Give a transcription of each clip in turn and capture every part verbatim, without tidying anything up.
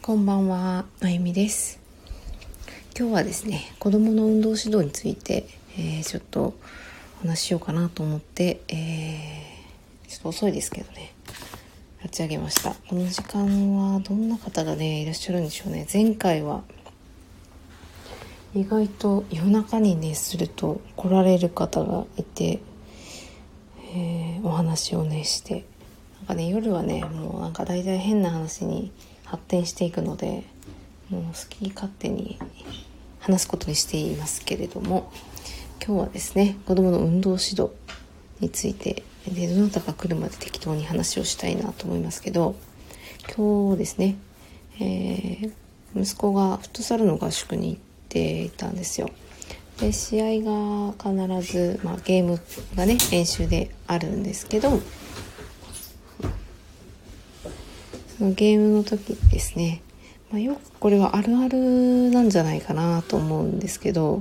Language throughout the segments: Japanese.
こんばんは、あゆみです。今日はですね、子どもの運動指導について、えー、ちょっとお話ししようかなと思って、えー、ちょっと遅いですけどね、立ち上げました。この時間はどんな方がねいらっしゃるんでしょうね。前回は意外と夜中にねすると来られる方がいて、えー、お話をねしてなんかね夜はねもうなんか大体変な話に発展していくので、もう好き勝手に話すことにしていますけれども、今日はですね、子どもの運動指導についてでどなたか来るまで適当に話をしたいなと思いますけど、今日ですね、えー、息子がフットサルの合宿に行っていたんですよ。で試合が必ず、まあ、ゲームがね練習であるんですけど、そのゲームの時ですね、まあ、よくこれはあるあるなんじゃないかなと思うんですけど、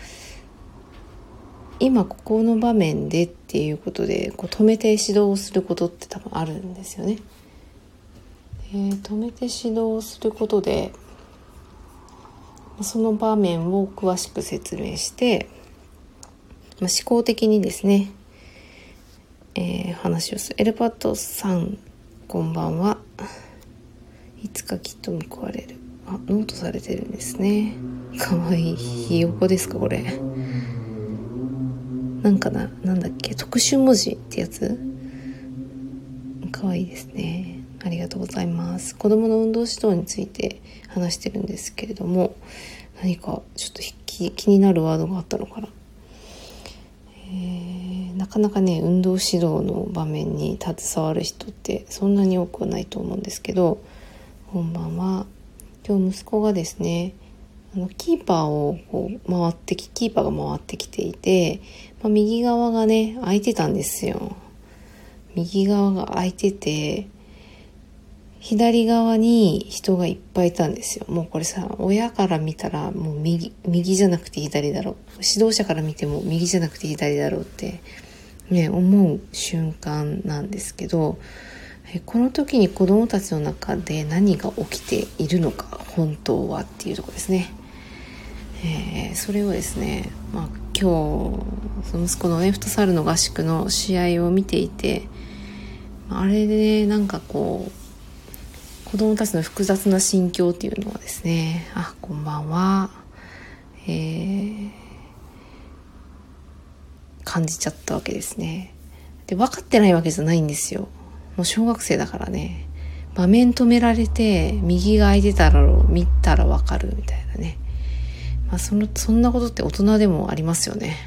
今ここの場面でっていうことでこう止めて指導をすることって多分あるんですよね。えー、止めて指導することでその場面を詳しく説明して、まあ、思考的にですね、えー、話をする。エルパッドさん、こんばんは。いつかきっと報われる。あ、ノートされてるんですね。かわいい。ひよこですかこれ。なんかな、なんだっけ、特殊文字ってやつ。かわいいですね。ありがとうございます。子どもの運動指導について話してるんですけれども、何かちょっと気、気になるワードがあったのかな。えー、なかなかね運動指導の場面に携わる人ってそんなに多くはないと思うんですけど、こんばんは。今日息子がですね、あのキーパーをこう回ってきキーパーが回ってきていて、まあ、右側がね空いてたんですよ。右側が空いてて左側に人がいっぱいいたんですよ。もうこれさ、親から見たらもう右右じゃなくて左だろう、指導者から見ても右じゃなくて左だろうってね思う瞬間なんですけど、この時に子どもたちの中で何が起きているのか本当はっていうところですね。えー、それをですね、まあ、今日その息子のねフットサルの合宿の試合を見ていて、あれでなんかこう子どもたちの複雑な心境っていうのはですね、あ、こんばんは、えー、感じちゃったわけですね。で分かってないわけじゃないんですよ。もう小学生だからね、場面止められて右が空いてたら見たら分かるみたいなね、まあ、そのそんなことって大人でもありますよね。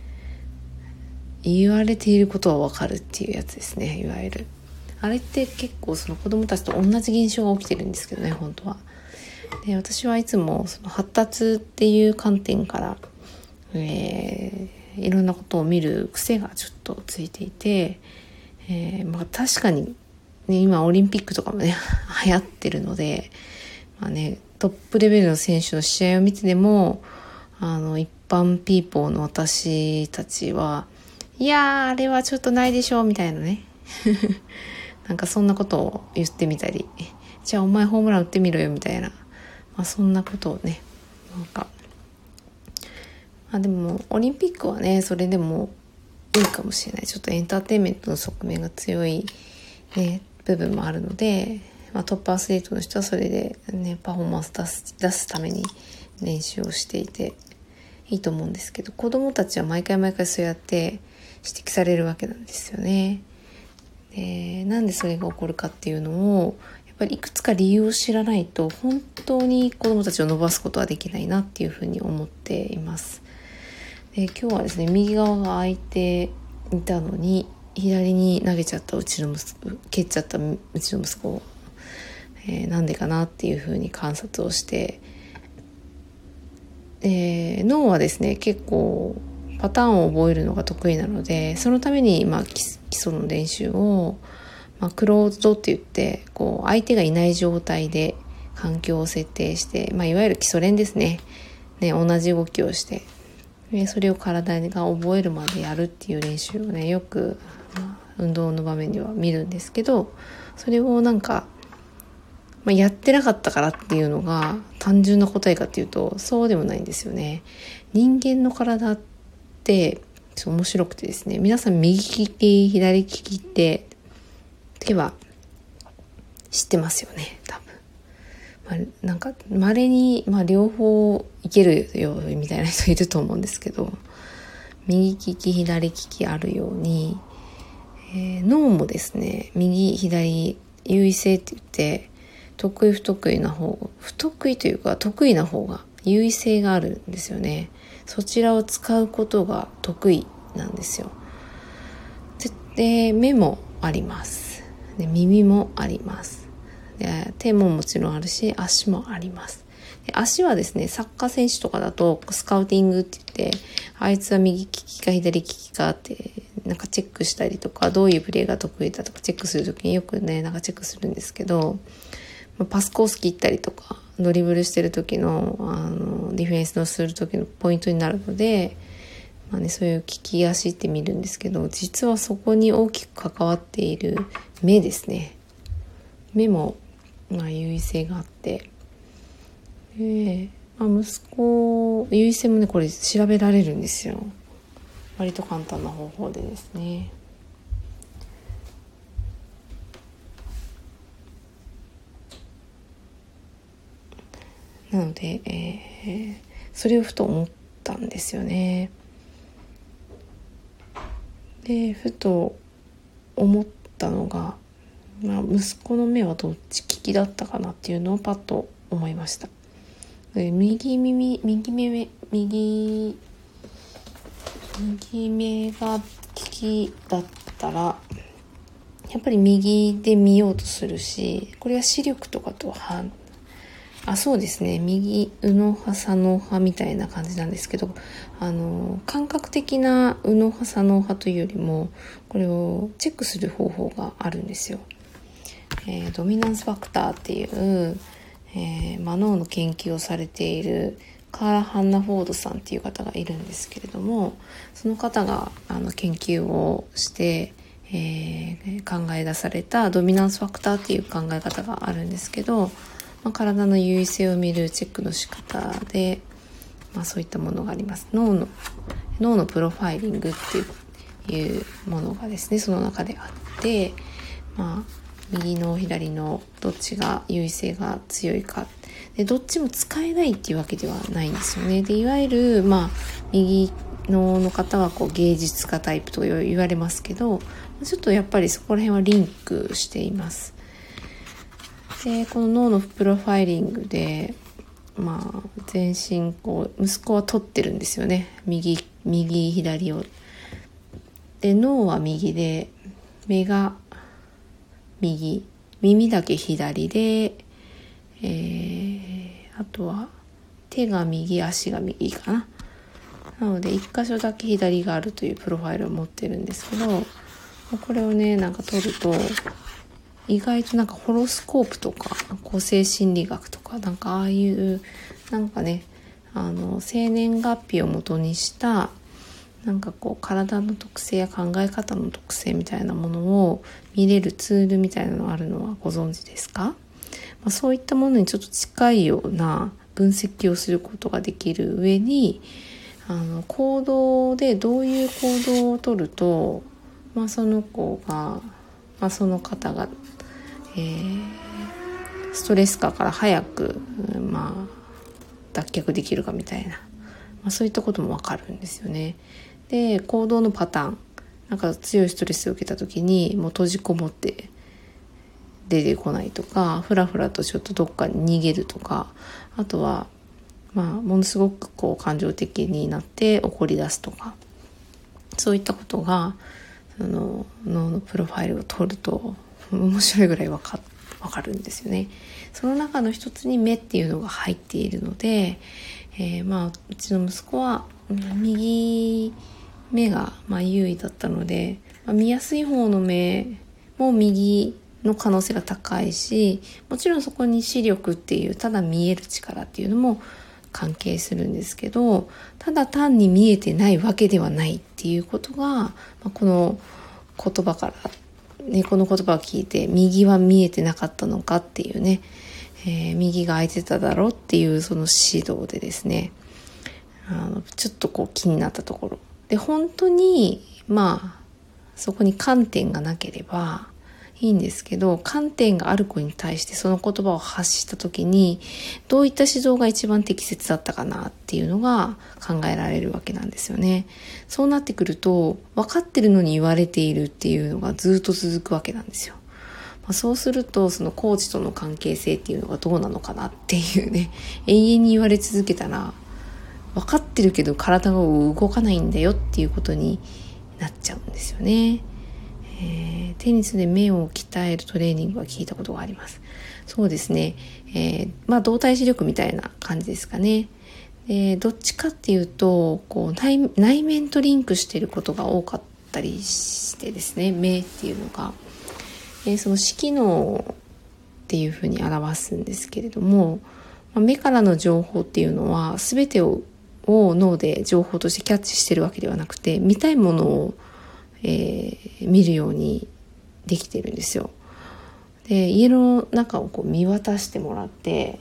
言われていることは分かるっていうやつですね。いわゆるあれって結構その子どもたちと同じ現象が起きてるんですけどね、本当は。で私はいつもその発達っていう観点から、えー、いろんなことを見る癖がちょっとついていて、えーまあ、確かに、ね、今オリンピックとかもね流行ってるので、まあね、トップレベルの選手の試合を見てでもあの一般ピーポーの私たちはいやーあれはちょっとないでしょうみたいなねなんかそんなことを言ってみたり、じゃあお前ホームラン打ってみろよみたいな、まあ、そんなことをねなんか、まあ、でもオリンピックはねそれでもいいかもしれない。ちょっとエンターテインメントの側面が強い、ね、部分もあるので、まあ、トップアスリートの人はそれで、ね、パフォーマンス出す、出すために練習をしていていいと思うんですけど、子どもたちは毎回毎回そうやって指摘されるわけなんですよね。でなんでそれが起こるかっていうのをやっぱりいくつか理由を知らないと本当に子どもたちを伸ばすことはできないなっていうふうに思っています。で今日はですね、右側が空いていたのに左に投げちゃったうちの息子、蹴っちゃったうちの息子、えー、なんでかなっていうふうに観察をして、で脳はですね結構パターンを覚えるのが得意なので、そのために、まあ、基礎の練習を、まあ、クローズドって言ってこう相手がいない状態で環境を設定して、まあ、いわゆる基礎練ですね。ね、同じ動きをしてそれを体が覚えるまでやるっていう練習をねよく、まあ、運動の場面では見るんですけど、それをなんかまあ、やってなかったからっていうのが単純な答えかっていうとそうでもないんですよね。人間の体ってちょっと面白くてですね、皆さん右利き左利きって手は知ってますよね多分。まあ、なんか稀に、まあ、両方いけるよみたいな人いると思うんですけど、右利き左利きあるように、えー、脳もですね右左優位性って言って得意不得意な方、不得意というか得意な方が優位性があるんですよね。そちらを使うことが得意なんですよ。で、で目もあります。で耳もあります。で手ももちろんあるし足もあります。で足はですね、サッカー選手とかだとスカウティングって言ってあいつは右利きか左利きかってなんかチェックしたりとか、どういうプレーが得意だとかチェックするときによくねなんかチェックするんですけど、パスコース切ったりとかドリブルしてる時の、あのディフェンスのする時のポイントになるので、まあね、そういう利き足って見るんですけど、実はそこに大きく関わっている目ですね。目も、まあ、優位性があって、で、まあ、息子優位性もねこれ調べられるんですよ。割と簡単な方法でですね。なので、えー、それをふと思ったんですよね。でふと思ったのが、まあ、息子の目はどっち利きだったかなっていうのをパッと思いました。で右耳右目右右目が利きだったらやっぱり右で見ようとするし、これは視力とかとはあそうですね、右右脳派左脳派みたいな感じなんですけど、あの感覚的な右脳派左脳派というよりもこれをチェックする方法があるんですよ。えー、ドミナンスファクターっていう、えーまあ、脳の研究をされているカーラ・ハンナフォードさんっていう方がいるんですけれども、その方があの研究をして、えー、考え出されたドミナンスファクターっていう考え方があるんですけど、まあ、体の優位性を見るチェックの仕方で、まあ、そういったものがあります。脳の脳のプロファイリングっていうものがですねその中であって、まあ右の左のどっちが優位性が強いかで、どっちも使えないっていうわけではないんですよね。でいわゆる、まあ、右脳の方はこう芸術家タイプと言われますけど、ちょっとやっぱりそこら辺はリンクしています。でこの脳のプロファイリングで、まあ、全身こう息子は取ってるんですよね、右右左を。で脳は右で目が右、耳だけ左で、えー、あとは手が右、足が右かな。なので一箇所だけ左があるというプロファイルを持ってるんですけど、これをねなんか取ると意外となんかホロスコープとか個性心理学とかなんかああいうなんかねあの生年月日を元にしたなんかこう体の特性や考え方の特性みたいなものを見れるツールみたいなのがあるのはご存知ですか？まあ、そういったものにちょっと近いような分析をすることができる上に、あの行動でどういう行動をとると、まあ、その子が、まあ、その方が、えー、ストレス下から早く、まあ、脱却できるかみたいな、まあ、そういったこともわかるんですよね。で行動のパターン、なんか強いストレスを受けた時にもう閉じこもって出てこないとか、ふらふらとちょっとどっかに逃げるとか、あとはまあものすごくこう感情的になって怒り出すとか、そういったことがその脳のプロファイルを取ると面白いぐらいわかわかるんですよね。その中の一つに目っていうのが入っているので、えー、まあうちの息子は右目がまあ優位だったので、まあ、見やすい方の目も右の可能性が高いし、もちろんそこに視力っていうただ見える力っていうのも関係するんですけど、ただ単に見えてないわけではないっていうことが、まあ、この言葉から、ね、この言葉を聞いて右は見えてなかったのかっていうね、 えー、右が空いてただろっていうその指導でですね、あのちょっとこう気になったところで、本当にまあそこに観点がなければいいんですけど、観点がある子に対してその言葉を発した時にどういった指導が一番適切だったかなっていうのが考えられるわけなんですよね。そうなってくると、分かってるのに言われているっていうのがずっと続くわけなんですよ。まあ、そうするとそのコーチとの関係性っていうのがどうなのかなっていうね、永遠に言われ続けたら分かってるけど体が動かないんだよっていうことになっちゃうんですよね。えー、テニスで目を鍛えるトレーニングは聞いたことがあります。そうですね、えー、まあ動体視力みたいな感じですかね。でどっちかっていうとこう 内, 内面とリンクしていることが多かったりしてですね、目っていうのが、えー、その視機能っていうふうに表すんですけれども、まあ、目からの情報っていうのは全てをを脳で情報としてキャッチしてるわけではなくて、見たいものを、えー、見るようにできてるんですよ。で家の中をこう見渡してもらって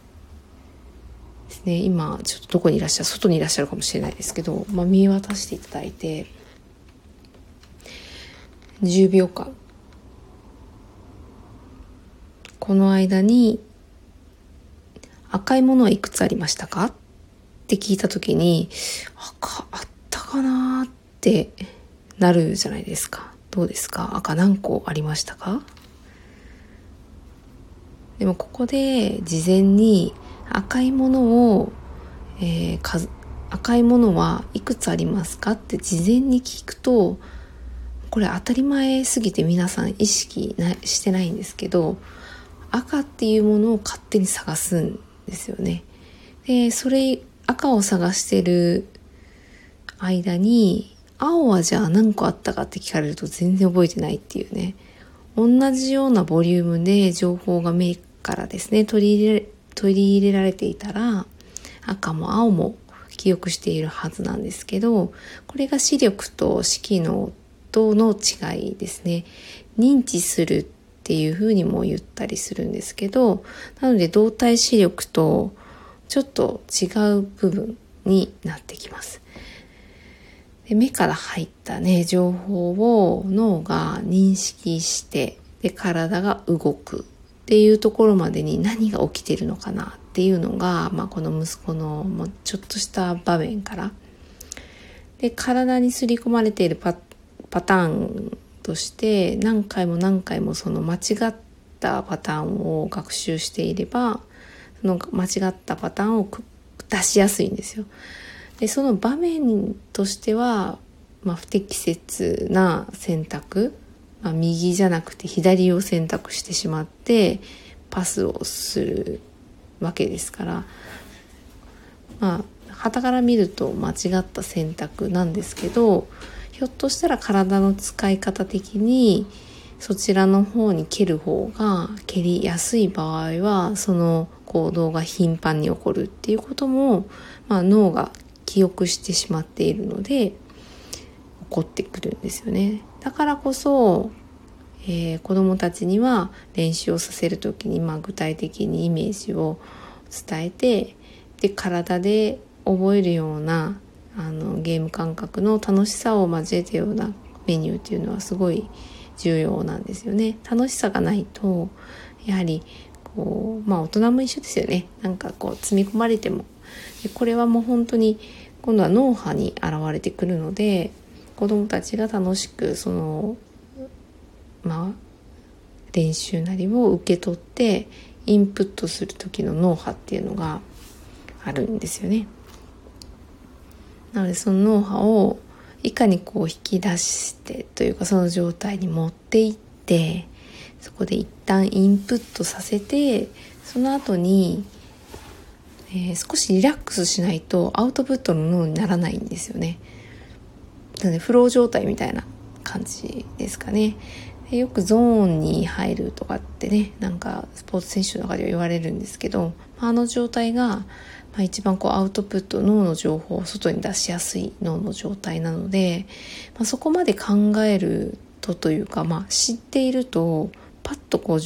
ですね、今ちょっとどこにいらっしゃる、外にいらっしゃるかもしれないですけど、まあ、見渡していただいてじゅうびょうかん、この間に赤いものはいくつありましたかって聞いたときに、赤あったかなってなるじゃないですか。どうですか？赤何個ありましたか？でもここで事前に赤いものを、えー、数赤いものはいくつありますかって事前に聞くと、これ当たり前すぎて皆さん意識なしてないんですけど、赤っていうものを勝手に探すんですよね。でそれ赤を探してる間に青はじゃあ何個あったかって聞かれると全然覚えてないっていうね。同じようなボリュームで情報が目からですね取り入れ、取り入れられていたら赤も青も記憶しているはずなんですけど、これが視力と視機能との違いですね。認知するっていうふうにも言ったりするんですけど、なので動体視力とちょっと違う部分になってきます。で目から入ったね情報を脳が認識して、で体が動くっていうところまでに何が起きているのかなっていうのが、まあ、この息子のもうちょっとした場面からで体に刷り込まれている パ, パターンとして何回も何回もその間違ったパターンを学習していれば、その間違ったパターンを出しやすいんですよ。でその場面としては、まあ、不適切な選択、まあ、右じゃなくて左を選択してしまってパスをするわけですから、まあ傍から見ると間違った選択なんですけど、ひょっとしたら体の使い方的にそちらの方に蹴る方が蹴りやすい場合は、その行動が頻繁に起こるっていうことも、まあ、脳が記憶してしまっているので起こってくるんですよね。だからこそ、えー、子どもたちには練習をさせるときに、まあ、具体的にイメージを伝えて、で体で覚えるようなあのゲーム感覚の楽しさを交えたようなメニューっていうのはすごい重要なんですよね。楽しさがないとやはりこう、まあ、大人も一緒ですよね。なんかこう積み込まれても、でこれはもう本当に今度は脳波に現れてくるので、子どもたちが楽しくそのまあ練習なりを受け取ってインプットする時の脳波っていうのがあるんですよね。なのでその脳波をいかにこう引き出してというか、その状態に持っていって、そこで一旦インプットさせて、その後に、えー、少しリラックスしないとアウトプットの脳にならないんですよね。なのでフロー状態みたいな感じですかね。でよくゾーンに入るとかってね、なんかスポーツ選手の中では言われるんですけど、あの状態が、まあ、一番こうアウトプット、脳の情報を外に出しやすい脳の状態なので、まあ、そこまで考えるとというか、まあ、知っているとパッとこう状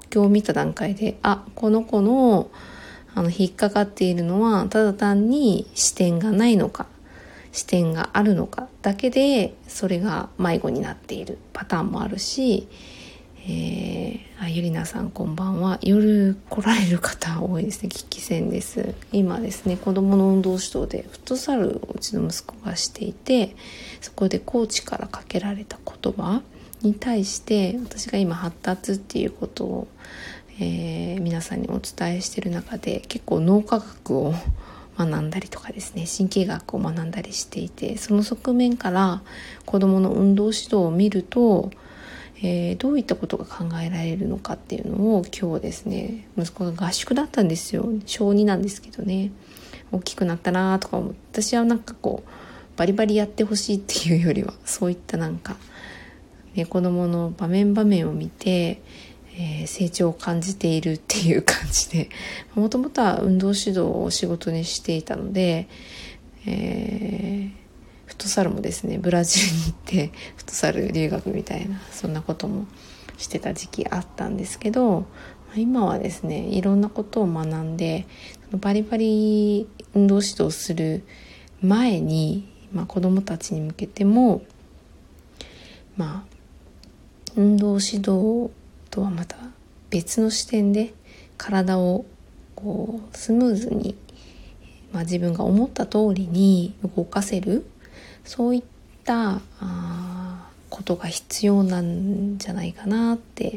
況を見た段階で、あ、この子のあの引っかかっているのはただ単に視点がないのか視点があるのかだけでそれが迷子になっているパターンもあるし、えー、あゆりなさんこんばんは。夜来られる方多いですね。喫起戦です。今ですね、子どもの運動指導でフットサルをうちの息子がしていて、そこでコーチからかけられた言葉に対して私が今発達っていうことを、えー、皆さんにお伝えしている中で結構脳科学を学んだりとかですね、神経学を学んだりしていて、その側面から子どもの運動指導を見ると、えー、どういったことが考えられるのかっていうのを今日ですね、息子が合宿だったんですよ。小になんですけどね、大きくなったなとか思って、私はなんかこうバリバリやってほしいっていうよりは、そういったなんか、ね、子どもの場面場面を見て、えー、成長を感じているっていう感じで、もともとは運動指導を仕事にしていたので、えー、フットサルもですね、ブラジルに行ってフットサル留学みたいな、そんなこともしてた時期あったんですけど、今はですね、いろんなことを学んで、バリバリ運動指導する前に、まあ、子どもたちに向けても、まあ、運動指導とはまた別の視点で体をこうスムーズに、まあ、自分が思った通りに動かせる、そういったあことが必要なんじゃないかなって、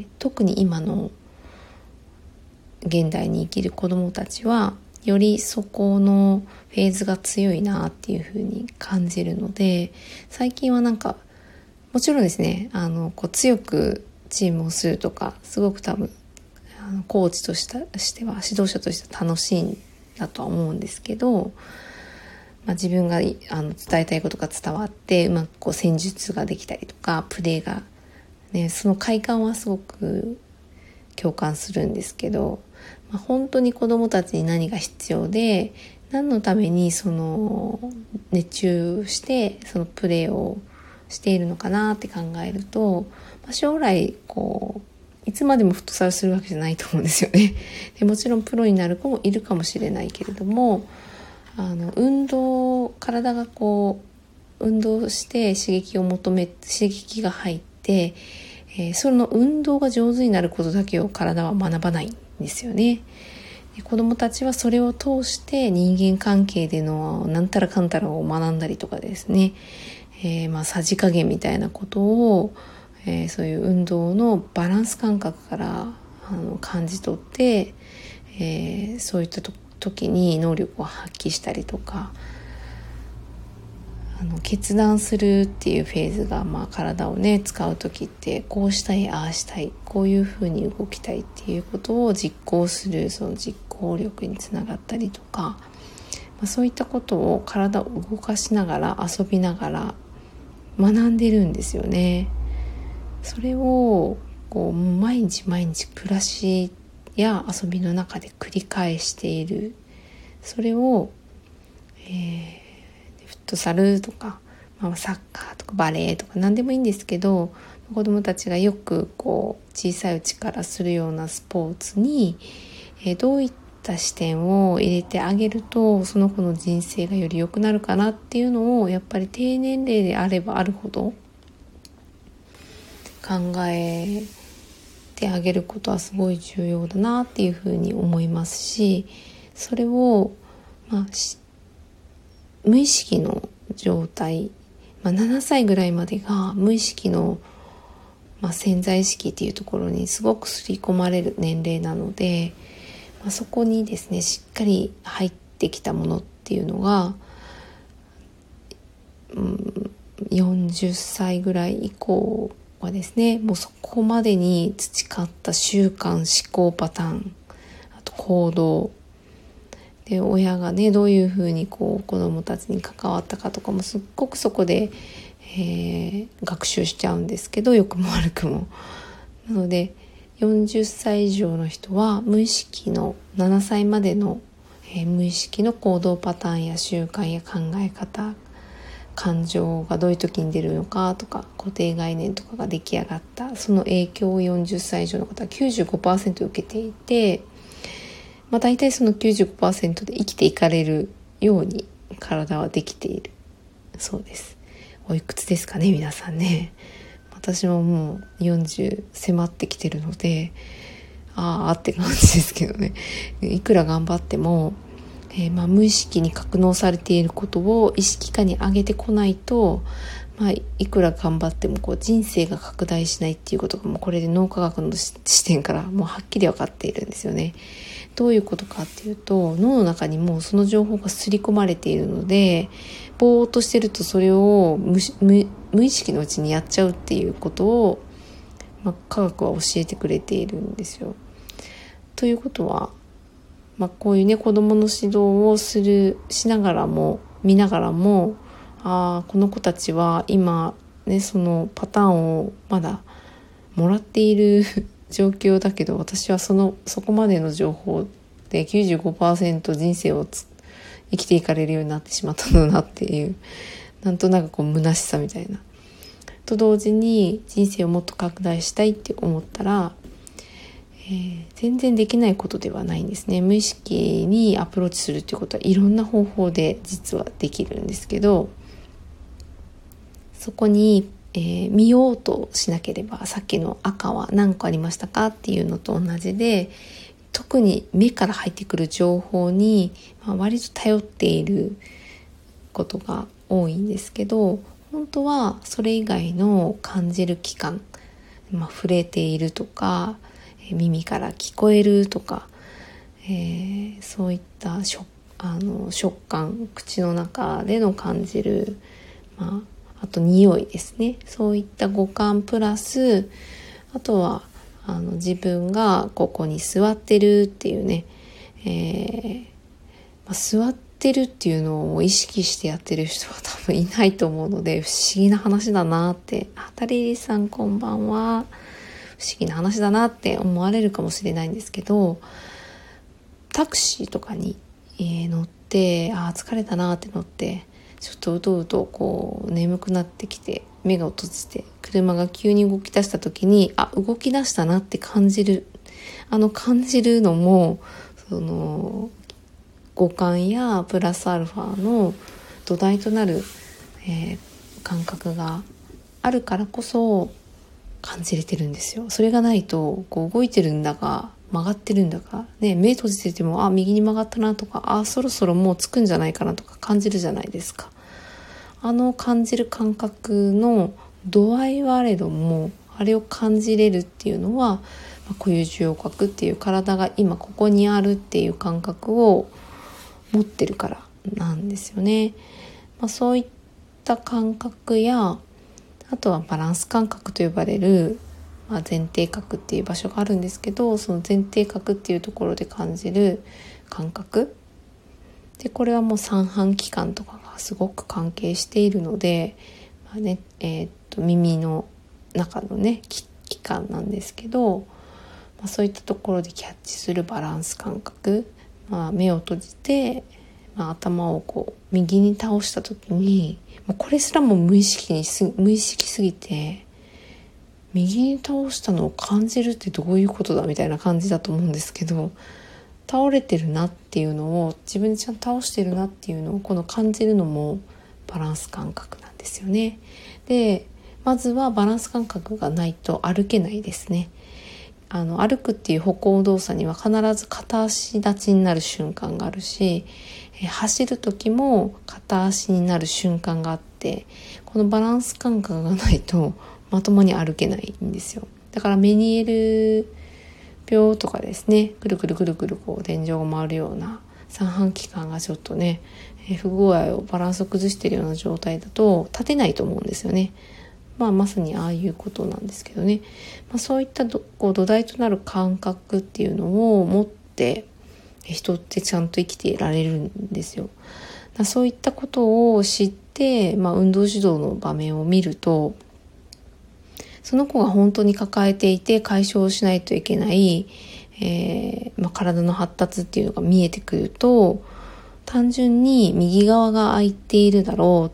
特に今の現代に生きる子どもたちはよりそこのフェーズが強いなっていうふうに感じるので、最近はなんかもちろんですね、あのこう強くチームをするとか、すごく多分あのコーチとしたしては、指導者としては楽しいんだとは思うんですけど、まあ、自分があの伝えたいことが伝わってうまくこう戦術ができたりとか、プレーが、ね、その快感はすごく共感するんですけど、まあ、本当に子どもたちに何が必要で、何のためにその熱中してそのプレーをしているのかなって考えると、まあ、将来こういつまでもフットサルするわけじゃないと思うんですよね。でもちろんプロになる子もいるかもしれないけれども、あの運動体がこう運動して刺激を求め刺激が入って、えー、その運動が上手になることだけを体は学ばないんですよね。で子どもたちはそれを通して人間関係でのなんたらかんたらを学んだりとかですね、えー、まあさじ加減みたいなことを、えー、そういう運動のバランス感覚からあの感じ取って、えー、そういったと時に能力を発揮したりとか、あの決断するっていうフェーズが、まあ、体をね使う時って、こうしたいああしたい、こういうふうに動きたいっていうことを実行する、その実行力につながったりとか、まあ、そういったことを体を動かしながら遊びながら学んでるんですよね。それをこう毎日毎日暮らしや遊びの中で繰り返している。それを、えー、フットサルとか、まあ、サッカーとかバレーとか何でもいいんですけど、子どもたちがよくこう小さいうちからするようなスポーツに、えー、どういった視点を入れてあげるとその子の人生がより良くなるかなっていうのを、やっぱり低年齢であればあるほど考えてあげることはすごい重要だなっていうふうに思いますし、それを、まあ、無意識の状態、まあ、ななさいぐらいまでが無意識の、まあ、潜在意識っていうところにすごく刷り込まれる年齢なので、まあ、そこにですねしっかり入ってきたものっていうのが、うん、よんじゅっさいぐらい以降はですね、もうそこまでに培った習慣、思考パターン、あと行動で、親がねどういうふうにこう子どもたちに関わったかとかもすっごくそこで、えー、学習しちゃうんですけど、良くも悪くも。なのでよんじゅっさい以上の人は無意識のななさいまでの、えー、無意識の行動パターンや習慣や考え方感情がどういう時に出るのかとか固定概念とかが出来上がった、その影響をよんじゅっさい以上の方は きゅうじゅうごパーセント 受けていて、まあ、大体その きゅうじゅうごパーセント で生きていかれるように体はできているそうです。おいくつですかね皆さんね。私ももうよんじゅう迫ってきてるので、ああって感じですけどね。いくら頑張っても、えー、まあ無意識に格納されていることを意識下に上げてこないと、まあ、いくら頑張ってもこう人生が拡大しないっていうことがもうこれで脳科学の視点からもうはっきり分かっているんですよね。どういうことかっていうと、脳の中にもうその情報が刷り込まれているので、ぼーっとしてるとそれを 無, 無, 無意識のうちにやっちゃうっていうことを、まあ、科学は教えてくれているんですよ。ということは、まあ、こういうね子どもの指導をするしながらも見ながらも、ああこの子たちは今ねそのパターンをまだもらっている状況だけど、私はそのそこまでの情報で きゅうじゅうごパーセント 人生をつ生きていかれるようになってしまったのだっていう、なんとなくこう虚しさみたいなと同時に、人生をもっと拡大したいって思ったら、えー、全然できないことではないんですね。無意識にアプローチするっていうことはいろんな方法で実はできるんですけど、そこにえー、見ようとしなければ、さっきの赤は何個ありましたかっていうのと同じで、特に目から入ってくる情報に、まあ、割と頼っていることが多いんですけど、本当はそれ以外の感じる器官、まあ、触れているとか耳から聞こえるとか、えー、そういった食、あの食感、口の中での感じる、まああと匂いですね。そういった五感プラス、あとはあの自分がここに座ってるっていうね、えーまあ、座ってるっていうのを意識してやってる人は多分いないと思うので、不思議な話だなって、あたりりさんこんばんは、不思議な話だなって思われるかもしれないんですけど、タクシーとかに、えー、乗って、あ疲れたなって乗ってちょっとうとうとこう眠くなってきて目が閉じて車が急に動き出した時に、あ動き出したなって感じる、あの感じるのもその五感やプラスアルファの土台となる、えー、感覚があるからこそ感じれてるんですよ。それがないとこう動いてるんだか曲がってるんだか、ね、目閉じててもあ右に曲がったなとか、あそろそろもう着くんじゃないかなとか感じるじゃないですか。あの感じる感覚の度合いはあれども、あれを感じれるっていうのは、まあ、固有受容覚っていう体が今ここにあるっていう感覚を持ってるからなんですよね。まあ、そういった感覚や、あとはバランス感覚と呼ばれる、まあ、前庭覚っていう場所があるんですけど、その前庭覚っていうところで感じる感覚で、これはもう三半規管とかがすごく関係しているので、まあねえー、っと耳の中のね器官なんですけど、まあ、そういったところでキャッチするバランス感覚、まあ、目を閉じて、まあ、頭をこう右に倒した時に、もうこれすらも無意識にす無意識すぎて、右に倒したのを感じるってどういうことだみたいな感じだと思うんですけど、倒れてるなっていうのを自分でちゃんと倒してるなっていうのをこの感じるのもバランス感覚なんですよね。でまずはバランス感覚がないと歩けないですね。あの歩くっていう歩行動作には必ず片足立ちになる瞬間があるし、え走る時も片足になる瞬間があって、このバランス感覚がないとまともに歩けないんですよ。だからメニエール病とかですね、くるくるくるくるこう天井が回るような三半規管がちょっとね、え不具合をバランスを崩しているような状態だと立てないと思うんですよね。まあまさにああいうことなんですけどね、まあ、そういったどこう土台となる感覚っていうのを持って人ってちゃんと生きていられるんですよ。だそういったことを知って、まあ、運動指導の場面を見ると、その子が本当に抱えていて解消しないといけない、えーまあ、体の発達っていうのが見えてくると、単純に右側が空いているだろう、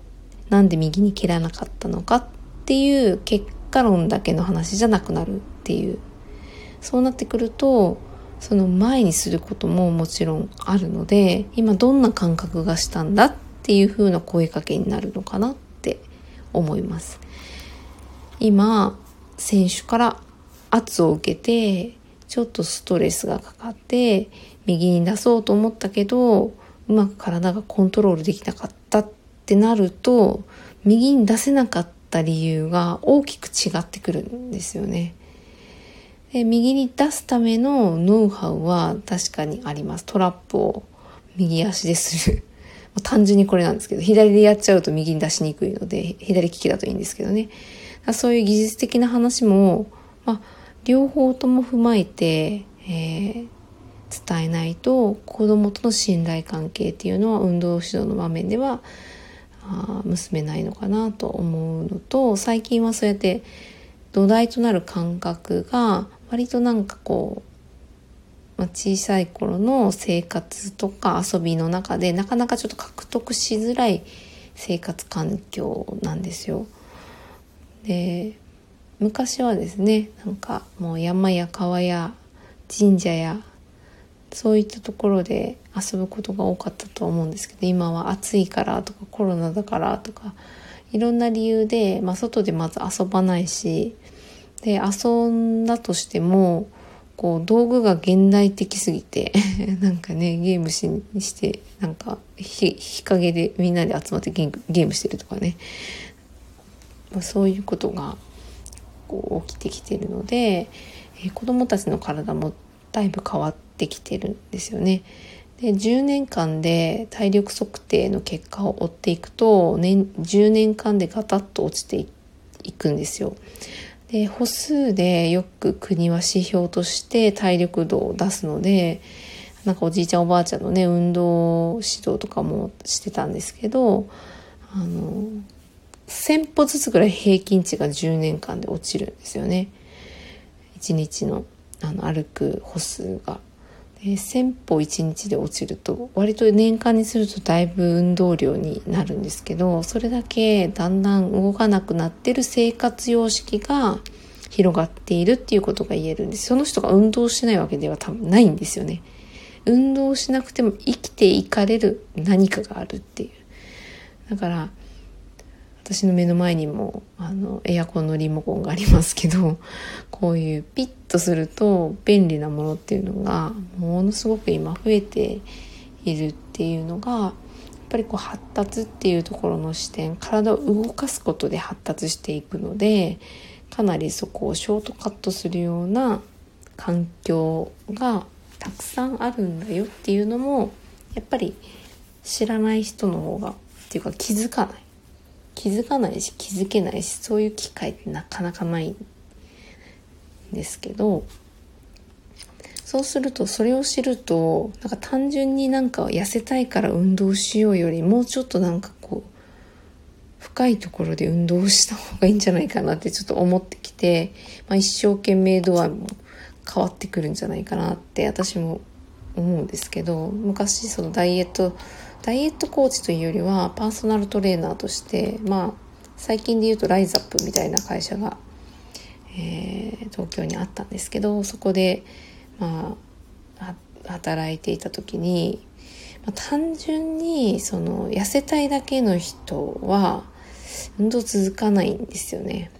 なんで右に切らなかったのかっていう結果論だけの話じゃなくなるっていう、そうなってくるとその前にすることももちろんあるので、今どんな感覚がしたんだっていう風な声かけになるのかなって思います。今選手から圧を受けてちょっとストレスがかかって右に出そうと思ったけどうまく体がコントロールできなかったってなると、右に出せなかった理由が大きく違ってくるんですよね。で、右に出すためのノウハウは確かにあります。トラップを右足でする単純にこれなんですけど、左でやっちゃうと右に出しにくいので左利きだといいんですけどね。そういう技術的な話も、まあ、両方とも踏まえて、えー、伝えないと子供との信頼関係っていうのは運動指導の場面ではあ結べないのかなと思うのと、最近はそうやって土台となる感覚が割となんかこう、まあ、小さい頃の生活とか遊びの中でなかなかちょっと獲得しづらい生活環境なんですよ。で、昔はですね、なんかもう山や川や神社やそういったところで遊ぶことが多かったと思うんですけど、今は暑いからとかコロナだからとかいろんな理由で、まあ、外でまず遊ばないし、で遊んだとしてもこう道具が現代的すぎてなんかねゲームしにしてなんか日陰でみんなで集まってゲームしてるとかね、まあ、そういうことがこう起きてきているので、えー、子どもたちの体もだいぶ変わってきてるんですよね。でじゅうねんかんで体力測定の結果を追っていくと、ね、じゅうねんかんでガタッと落ちていくんですよ。で歩数でよく国は指標として体力度を出すので、なんかおじいちゃんおばあちゃんのね運動指導とかもしてたんですけど、あのせん歩ずつぐらい平均値がじゅうねんかんで落ちるんですよね。いちにちの、あの歩く歩数がでせん歩いちにちで落ちると割と年間にするとだいぶ運動量になるんですけど、それだけだんだん動かなくなってる生活様式が広がっているっていうことが言えるんです。その人が運動しないわけでは多分ないんですよね。運動しなくても生きていかれる何かがあるっていう。だから私の目の前にもあのエアコンのリモコンがありますけど、こういうピッとすると便利なものっていうのがものすごく今増えているっていうのが、やっぱりこう発達っていうところの視点、体を動かすことで発達していくので、かなりそこをショートカットするような環境がたくさんあるんだよっていうのも、やっぱり知らない人の方がっていうか気づかない気づかないし気づけないし、そういう機会ってなかなかないんですけど、そうするとそれを知ると、なんか単純になんか痩せたいから運動しようよりもうちょっとなんかこう深いところで運動した方がいいんじゃないかなってちょっと思ってきて、まあ、一生懸命度合いも変わってくるんじゃないかなって私も思うんですけど、昔そのダイエットダイエットコーチというよりはパーソナルトレーナーとして、まあ最近で言うとライザップみたいな会社が、えー、東京にあったんですけど、そこでまあ働いていた時に、まあ、単純にその痩せたいだけの人は運動続かないんですよね。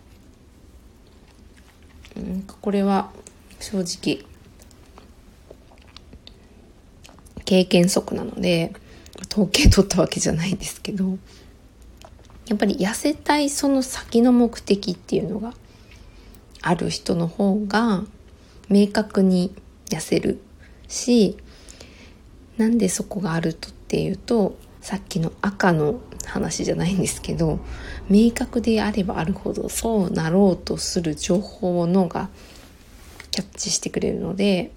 うん、これは正直経験則なので統計取ったわけじゃないんですけど、やっぱり痩せたいその先の目的っていうのがある人の方が明確に痩せるし、なんでそこがあるとっていうと、さっきの赤の話じゃないんですけど、明確であればあるほどそうなろうとする情報を脳がキャッチしてくれるので、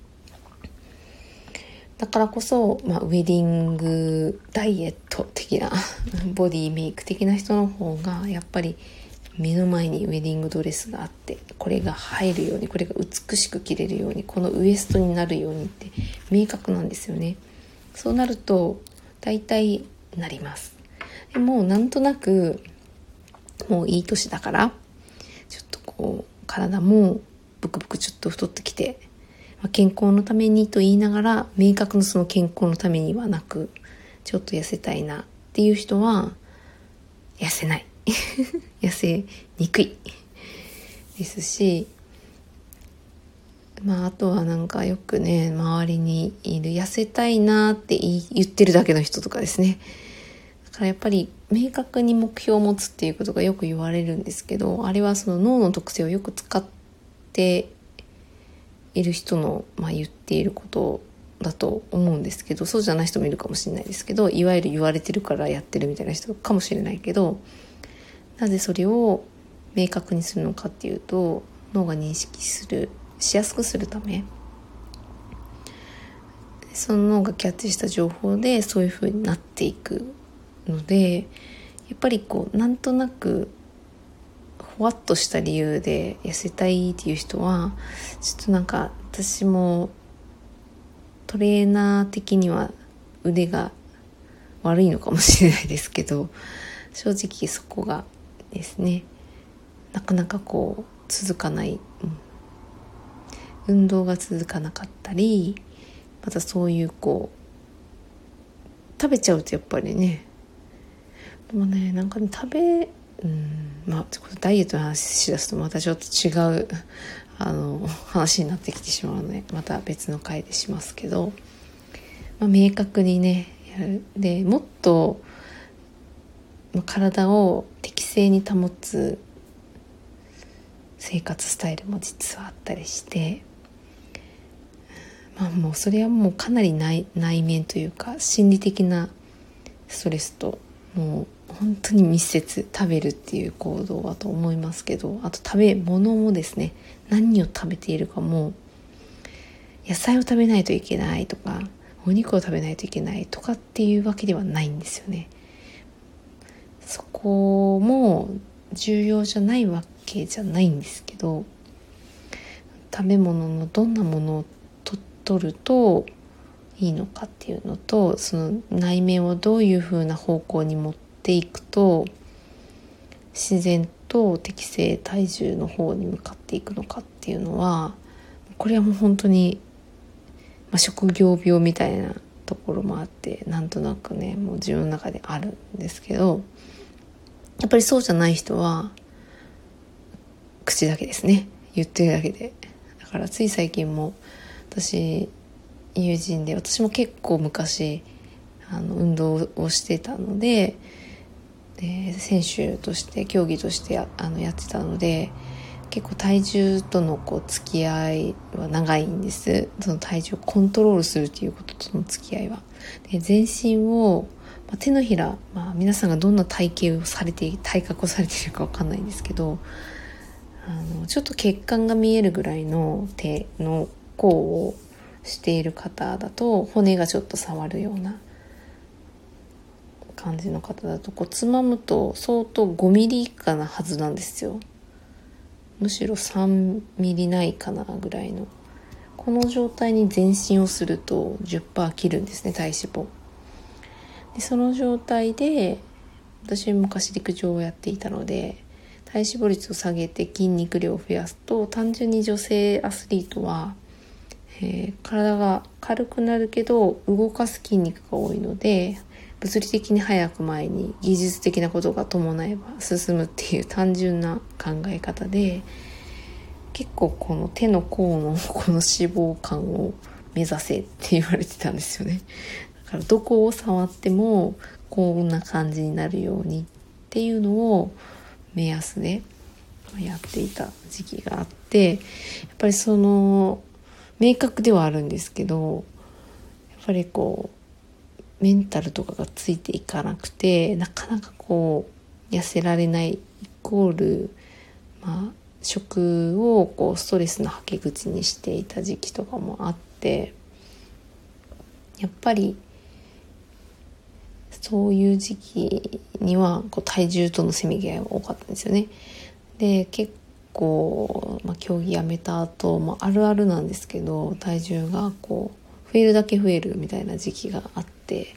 だからこそ、まあ、ウェディングダイエット的なボディメイク的な人の方がやっぱり目の前にウェディングドレスがあって、これが入るように、これが美しく着れるように、このウエストになるようにって明確なんですよね。そうなると大体なります。 でもなんとなくもういい年だからちょっとこう体もブクブクちょっと太ってきて、まあ、健康のためにと言いながら明確なその健康のためにはなくちょっと痩せたいなっていう人は痩せない痩せにくいですし、まああとはなんかよくね周りにいる痩せたいなって言ってるだけの人とかですね。だからやっぱり明確に目標を持つっていうことがよく言われるんですけど、あれはその脳の特性をよく使っている人の、まあ、言っていることだと思うんですけど、そうじゃない人もいるかもしれないですけど、いわゆる言われてるからやってるみたいな人かもしれないけど、なぜそれを明確にするのかっていうと、脳が認識するしやすくするため、その脳がキャッチした情報でそういう風になっていくので、やっぱりこうなんとなくほわっとした理由で痩せたいっていう人はちょっとなんか私もトレーナー的には腕が悪いのかもしれないですけど、正直そこがですねなかなかこう続かない、うん、運動が続かなかったり、またそういうこう食べちゃうとやっぱりね、でもねなんかね食べうんまあダイエットの話しだすとまたちょっと違うあの話になってきてしまうので、また別の回でしますけど、まあ、明確にねやる。でもっと体を適正に保つ生活スタイルも実はあったりして、まあもうそれはもうかなり 内, 内面というか心理的なストレスともう本当に密接、食べるっていう行動だと思いますけど、あと食べ物もですね、何を食べているかも、野菜を食べないといけないとかお肉を食べないといけないとかっていうわけではないんですよね。そこも重要じゃないわけじゃないんですけど、食べ物のどんなものをと取るといいのかっていうのと、その内面をどういうふうな方向に持っていくと自然と適正体重の方に向かっていくのかっていうのは、これはもう本当に、まあ、職業病みたいなところもあって、なんとなくねもう自分の中であるんですけど、やっぱりそうじゃない人は口だけですね、言ってるだけで。だからつい最近も私友人で、私も結構昔あの運動をしてたので、で選手として競技としてやあのやってたので、結構体重とのこう付き合いは長いんです。その体重をコントロールするということとの付き合いは。で全身を、まあ、手のひら、まあ、皆さんがどんな体型をされて体格をされているか分かんないんですけど、あのちょっと血管が見えるぐらいの手の甲をしている方だと、骨がちょっと触るような感じの方だと、こうつまむと相当ごミリ以下なはずなんですよ。むしろさんミリないかなぐらいの、この状態に前進をすると じゅっパーセント 切るんですね、体脂肪で。その状態で私昔陸上をやっていたので、体脂肪率を下げて筋肉量を増やすと、単純に女性アスリートは、えー、体が軽くなるけど動かす筋肉が多いので、物理的に早く前に技術的なことが伴えば進むっていう単純な考え方で、結構この手の甲のこの脂肪感を目指せって言われてたんですよね。だからどこを触ってもこんな感じになるようにっていうのを目安でやっていた時期があって、やっぱりその明確ではあるんですけど、やっぱりこうメンタルとかがついていかなくて、なかなかこう痩せられないイコール、まあ、食をこうストレスのはけ口にしていた時期とかもあって、やっぱりそういう時期にはこう体重とのせめぎ合いが多かったんですよね。で結構、まあ、競技やめた後、まあ、あるあるなんですけど、体重がこう増えるだけ増えるみたいな時期があって、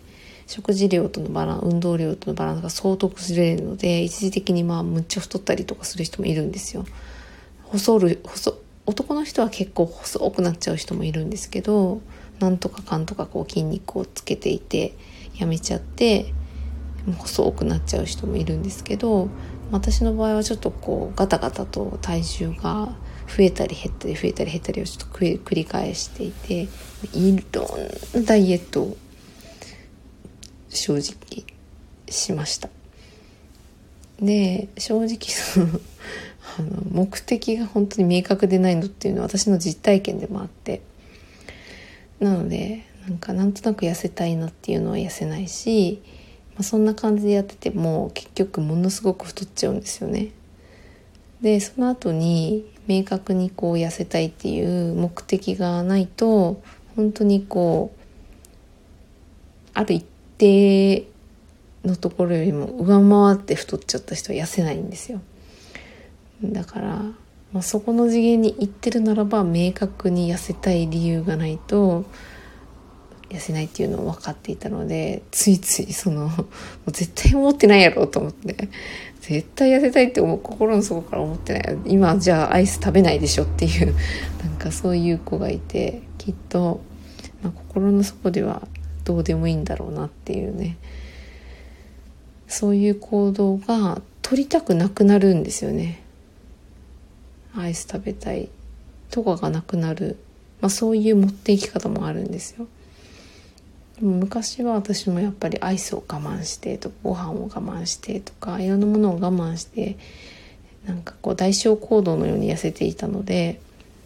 食事量とのバランス、運動量とのバランスが相当崩れるので、一時的にまあむっちゃ太ったりとかする人もいるんですよ。細る細男の人は結構細くなっちゃう人もいるんですけど、なんとかかんとかこう筋肉をつけていてやめちゃって細くなっちゃう人もいるんですけど、私の場合はちょっとこうガタガタと体重が増えたり減ったり増えたり減ったりをちょっと繰り返していて、いろんなダイエットを正直しました。で、正直そのあの目的が本当に明確でないのっていうのは私の実体験でもあって、なのでなんかなんとなく痩せたいなっていうのは痩せないし、まあ、そんな感じでやってても結局ものすごく太っちゃうんですよね。でその後に明確にこう痩せたいっていう目的がないと、本当にこうある一定のところよりも上回って太っちゃった人は痩せないんですよ。だから、まあ、そこの次元に行ってるならば明確に痩せたい理由がないと痩せないっていうのを分かっていたので、ついついそのもう絶対思ってないやろと思って、絶対痩せたいって思う心の底から思ってない、今じゃあアイス食べないでしょっていうなんかそういう子がいて、きっと、まあ、心の底ではどうでもいいんだろうなっていうね、そういう行動が取りたくなくなるんですよね。アイス食べたいとかがなくなる、まあ、そういう持っていき方もあるんですよ。でも昔は私もやっぱりアイスを我慢してとかご飯を我慢してとかいろんなものを我慢して、なんかこう代償行動のように痩せていたので、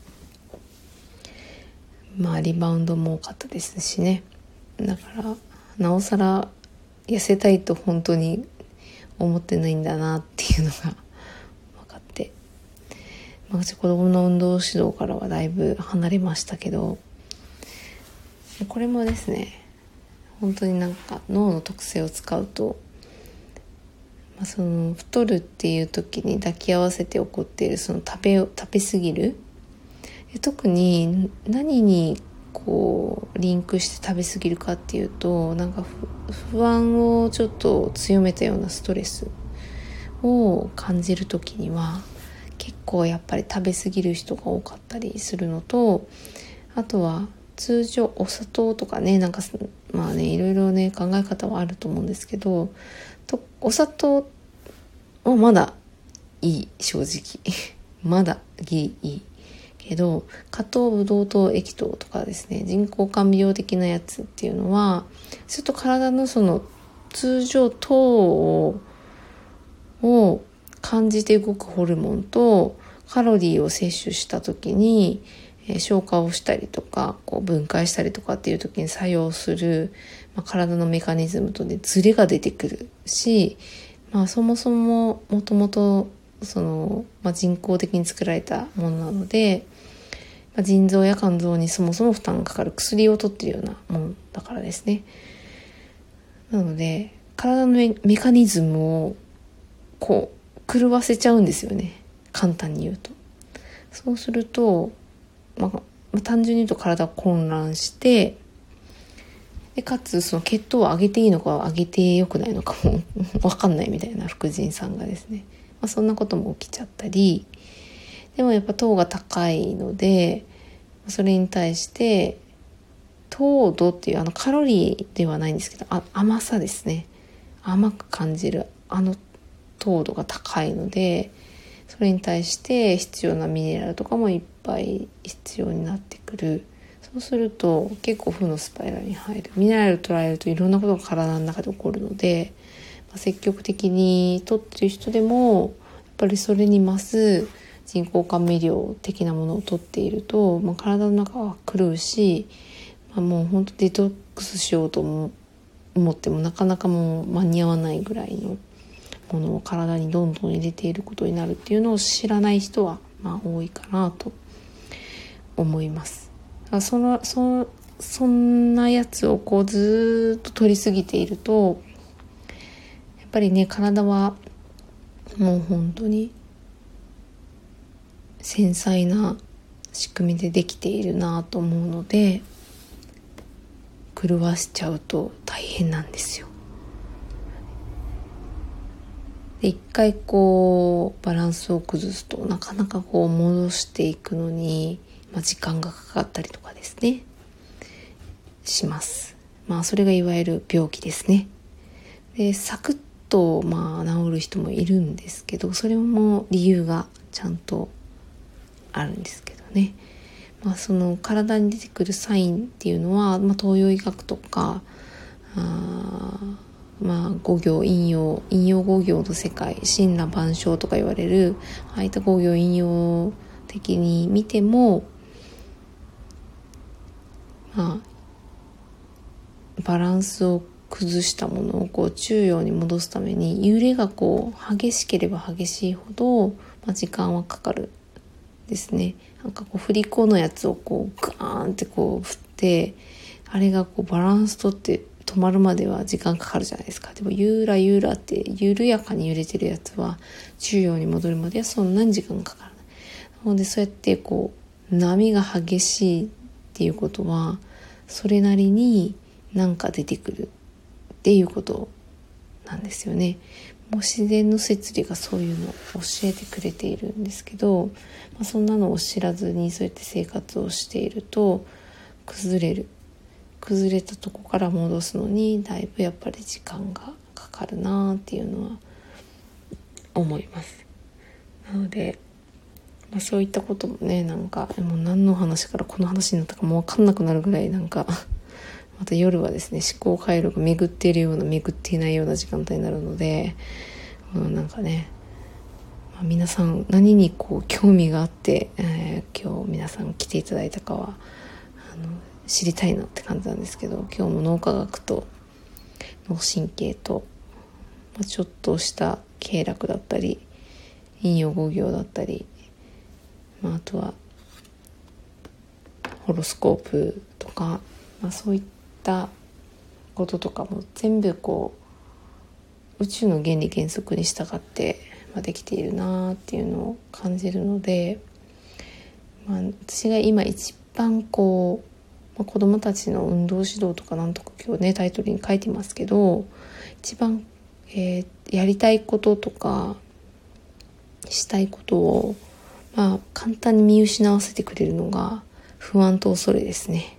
まあリバウンドも多かったですしね。だからなおさら痩せたいと本当に思ってないんだなっていうのが分かって、まあ、子供の運動指導からはだいぶ離れましたけど、これもですね、本当になんか脳の特性を使うと、まあ、その太るっていう時に抱き合わせて起こっているその食べ食べ過ぎる、特に何にこうリンクして食べ過ぎるかっていうと、なんか不安をちょっと強めたようなストレスを感じる時には結構やっぱり食べ過ぎる人が多かったりするのと、あとは通常お砂糖とかね、なんかまあねいろいろね考え方はあると思うんですけど、とお砂糖はまだいい、正直まだいいけど、果糖ブドウ糖液糖とかですね、人工甘味料的なやつっていうのはちょっと体のその通常糖をを感じて動くホルモンとカロリーを摂取した時に、えー、消化をしたりとかこう分解したりとかっていう時に作用する、まあ、体のメカニズムとでズレが出てくるし、まあ、そもそももともとその、まあ、人工的に作られたものなので、まあ、腎臓や肝臓にそもそも負担がかかる薬を取っているようなものだからですね。なので体のメカニズムをこう狂わせちゃうんですよね、簡単に言うと。そうすると、まあまあ、単純に言うと体が混乱して、でかつその血糖を上げていいのか上げてよくないのかも分かんないみたいな副腎さんがですね、まあ、そんなことも起きちゃったり、でもやっぱ糖が高いのでそれに対して糖度っていうあのカロリーではないんですけど、あ甘さですね、甘く感じるあの糖度が高いので、それに対して必要なミネラルとかもいっぱい必要になってくる。そうすると結構負のスパイラルに入る。ミネラル取られるといろんなことが体の中で起こるので、まあ、積極的に取ってる人でもやっぱりそれに増す人工甘味料的なものを取っていると、まあ、体の中は狂うし、まあ、もう本当デトックスしようと思ってもなかなかもう間に合わないぐらいのものを体にどんどん入れていることになるっていうのを知らない人はまあ多いかなと思います。そのそそんなやつをこうずっと取りすぎていると、やっぱりね体はもう本当に繊細な仕組みでできているなと思うので、 狂わしちゃうと大変なんですよ。で一回こうバランスを崩すとなかなかこう戻していくのに、まあ、時間がかかったりとかですねします。まあそれがいわゆる病気ですね。でサクッとまあ治る人もいるんですけど、それも理由がちゃんとあるんですけどね。まあその体に出てくるサインっていうのは、まあ、東洋医学とかあまあ五行陰陽陰陽五行の世界、森羅万象とか言われるああいった五行陰陽的に見ても、まあバランスを崩したものをこう中央に戻すために揺れがこう激しければ激しいほど、まあ、時間はかかるですね。なんかこう振り子のやつをこうガーンってこう振って、あれがこうバランス取って止まるまでは時間かかるじゃないですか。でもゆらゆらって緩やかに揺れてるやつは中央に戻るまではそんなに時間かからない。なのでそうやってこう波が激しいっていうことはそれなりになんか出てくるっていうことなんですよね。もう自然の摂理がそういうのを教えてくれているんですけど、まあ、そんなのを知らずにそうやって生活をしていると崩れる崩れたとこから戻すのにだいぶやっぱり時間がかかるなっていうのは思います。なので、まあ、そういったこともね、なんかもう何の話からこの話になったかもう分かんなくなるぐらいなんかまた夜はですね思考回路が巡っているような巡っていないような時間帯になるので、うん、なんかね、まあ、皆さん何にこう興味があって、えー、今日皆さん来ていただいたかはあの知りたいなって感じなんですけど、今日も脳科学と脳神経と、まあ、ちょっとした経絡だったり陰陽五行だったり、まあ、あとはホロスコープとか、まあ、そういったこととかも全部こう宇宙の原理原則に従って、まあ、できているなっていうのを感じるので、まあ、私が今一番こうまあ、子どもたちの運動指導とかなんとか今日ねタイトルに書いてますけど、一番、えー、やりたいこととかしたいことを、まあ、簡単に見失わせてくれるのが不安と恐れですね。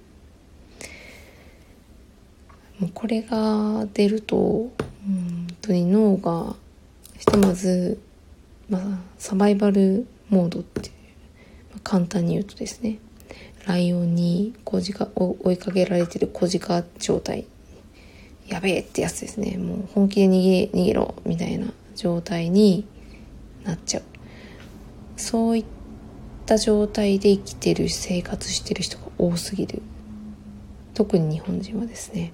もうこれが出ると、うん、本当に脳がひとまず、まあ、サバイバルモードっていう、まあ、簡単に言うとですね、ライオンに小鹿追いかけられてる小鹿状態、やべえってやつですね。もう本気で逃げ逃げろみたいな状態になっちゃう。そういった状態で生きてる生活してる人が多すぎる。特に日本人はですね。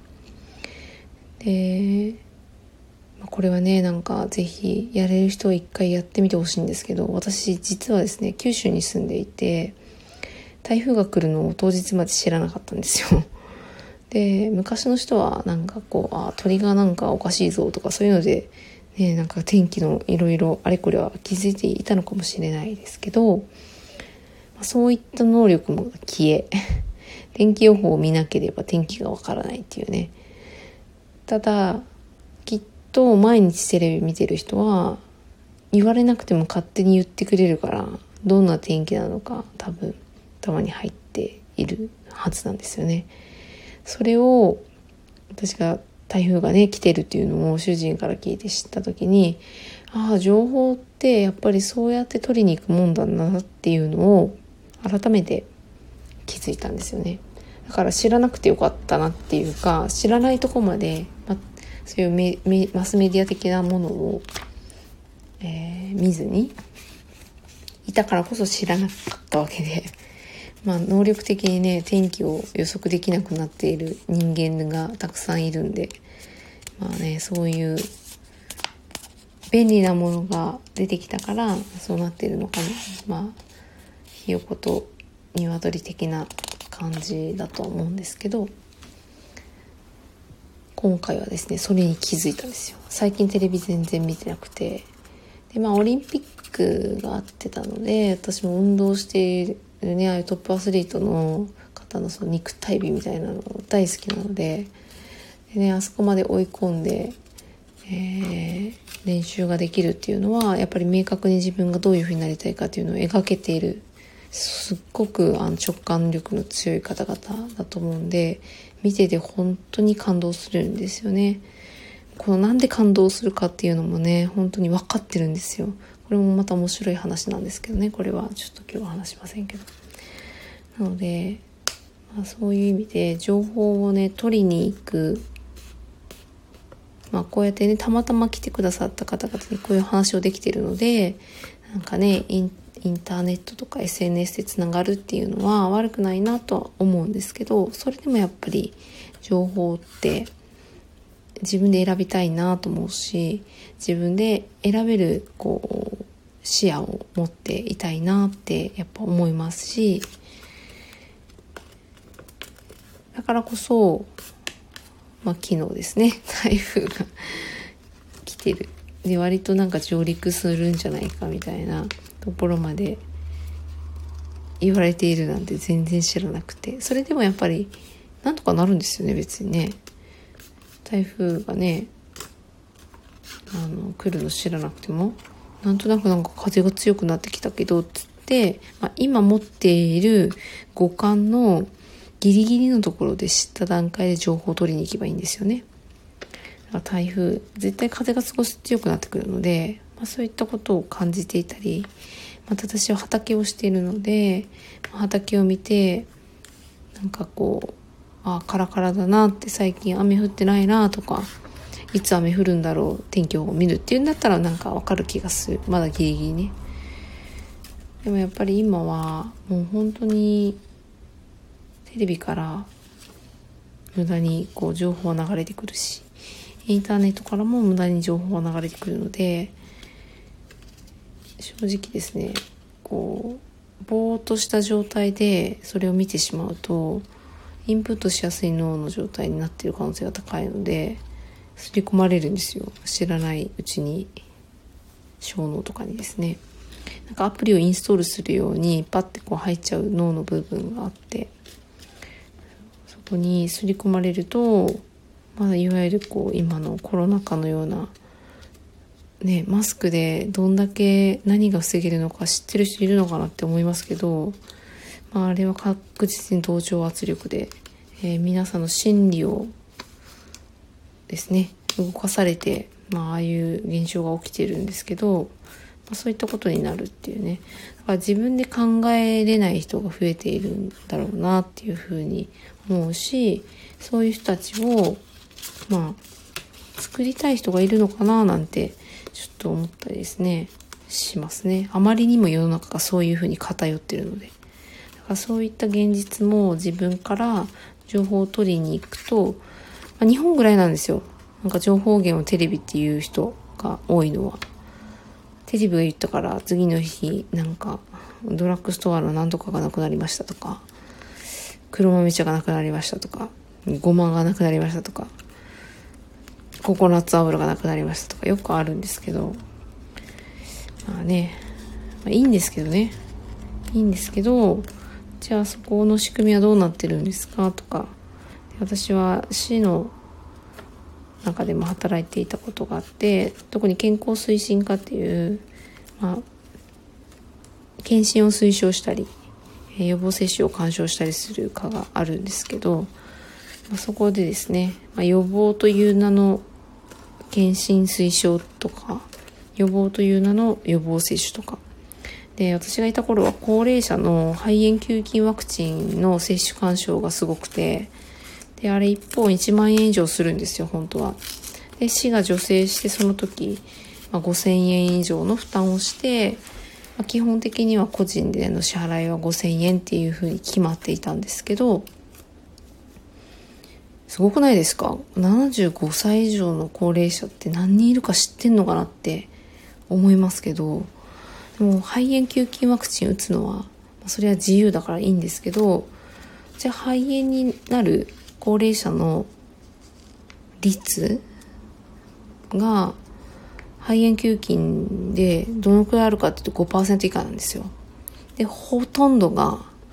で、これはね、なんかぜひやれる人は一回やってみてほしいんですけど、私実はですね九州に住んでいて、台風が来るのを当日まで知らなかったんですよ。で、昔の人はなんかこう、あ、鳥がなんかおかしいぞとかそういうので、ね、なんか天気のいろいろあれこれは気づいていたのかもしれないですけど、そういった能力も消え、天気予報を見なければ天気がわからないっていうね。ただ、きっと毎日テレビ見てる人は、言われなくても勝手に言ってくれるから、どんな天気なのか多分、頭に入っているはずなんですよね。それを私が台風がね来てるっていうのを主人から聞いて知った時に、ああ情報ってやっぱりそうやって取りに行くもんだなっていうのを改めて気づいたんですよね。だから知らなくてよかったなっていうか、知らないとこまで、ま、そういうメメマスメディア的なものを、えー、見ずにいたからこそ知らなかったわけで、まあ、能力的にね天気を予測できなくなっている人間がたくさんいるんで、まあね、そういう便利なものが出てきたからそうなっているのかな。まあひよこと鶏的な感じだと思うんですけど、今回はですねそれに気づいたんですよ。最近テレビ全然見てなくて、でまあオリンピックがあってたので、私も運動しているね、ああいうトップアスリートの方のその肉体美みたいなの大好きなので、で、ね、あそこまで追い込んで、えー、練習ができるっていうのはやっぱり明確に自分がどういう風になりたいかっていうのを描けている、すっごくあの直感力の強い方々だと思うんで、見てて本当に感動するんですよね。このなんで感動するかっていうのもね、本当に分かってるんですよ。これもまた面白い話なんですけどね、これはちょっと今日は話しませんけど。なので、まあ、そういう意味で情報をね取りに行く、まあ、こうやってねたまたま来てくださった方々にこういう話をできているので、なんかねイン、インターネットとか エスエヌエス でつながるっていうのは悪くないなとは思うんですけど、それでもやっぱり情報って自分で選びたいなと思うし、自分で選べるこう視野を持っていたいなってやっぱ思いますし、だからこそ、まあ、昨日ですね台風が来てるで、割となんか上陸するんじゃないかみたいなところまで言われているなんて全然知らなくて、それでもやっぱりなんとかなるんですよね。別にね、台風がねあの来るの知らなくても、なんとなくなんか風が強くなってきたけどつって、まあ、今持っている五感のギリギリのところで知った段階で情報を取りに行けばいいんですよね。だから台風絶対風が少し強くなってくるので、まあ、そういったことを感じていたり、また私は畑をしているので、まあ、畑を見てなんかこうあカラカラだなって、最近雨降ってないなとか、いつ雨降るんだろう天気予報を見るっていうんだったらなんかわかる気がする、まだギリギリね。でもやっぱり今はもう本当にテレビから無駄にこう情報は流れてくるし、インターネットからも無駄に情報は流れてくるので、正直ですねこうぼーっとした状態でそれを見てしまうとインプットしやすい脳の状態になっている可能性が高いので、刷り込まれるんですよ、知らないうちに。小脳とかにですね、なんかアプリをインストールするようにパッてこう入っちゃう脳の部分があって、そこに刷り込まれると、まあ、いわゆるこう今のコロナ禍のようなね、マスクでどんだけ何が防げるのか知ってる人いるのかなって思いますけど、まあ、あれは確実に同調圧力で、えー、皆さんの心理をですね動かされて、まあ、ああいう現象が起きているんですけど、まあ、そういったことになるっていうね、だから自分で考えれない人が増えているんだろうなっていうふうに思うし、そういう人たちをまあ作りたい人がいるのかななんてちょっと思ったりですねしますね。あまりにも世の中がそういうふうに偏っているので、だからそういった現実も自分から情報を取りに行くと、まあ、日本ぐらいなんですよ。なんか情報源をテレビっていう人が多いのは、テレビが言ったから次の日なんかドラッグストアのなんとかがなくなりましたとか、黒豆茶がなくなりましたとか、ごまがなくなりましたとか、ココナッツ油がなくなりましたとかよくあるんですけど、まあね、まあ、いいんですけどねいいんですけどじゃあそこの仕組みはどうなってるんですかとか、私は市の中でも働いていたことがあって、特に健康推進課っていう、まあ、検診を推奨したり予防接種を勧奨したりする課があるんですけど、まあ、そこでですね、まあ、予防という名の検診推奨とか予防という名の予防接種とかで、私がいた頃は高齢者の肺炎球菌ワクチンの接種勧奨がすごくて、であれいっぽんいちまんえん以上するんですよ本当は。で市が助成してその時、まあ、ごせんえん以上の負担をして、まあ、基本的には個人での支払いはごせんえんっていう風に決まっていたんですけど、すごくないですか？ななじゅうごさい以上の高齢者って何人いるか知ってんのかなって思いますけど、でも肺炎球菌ワクチン打つのはそれは自由だからいいんですけど、じゃあ肺炎になる高齢者の率が肺炎球菌でどのくらいあるかっていうと ごパーセント 以下なんですよ。でほとんどが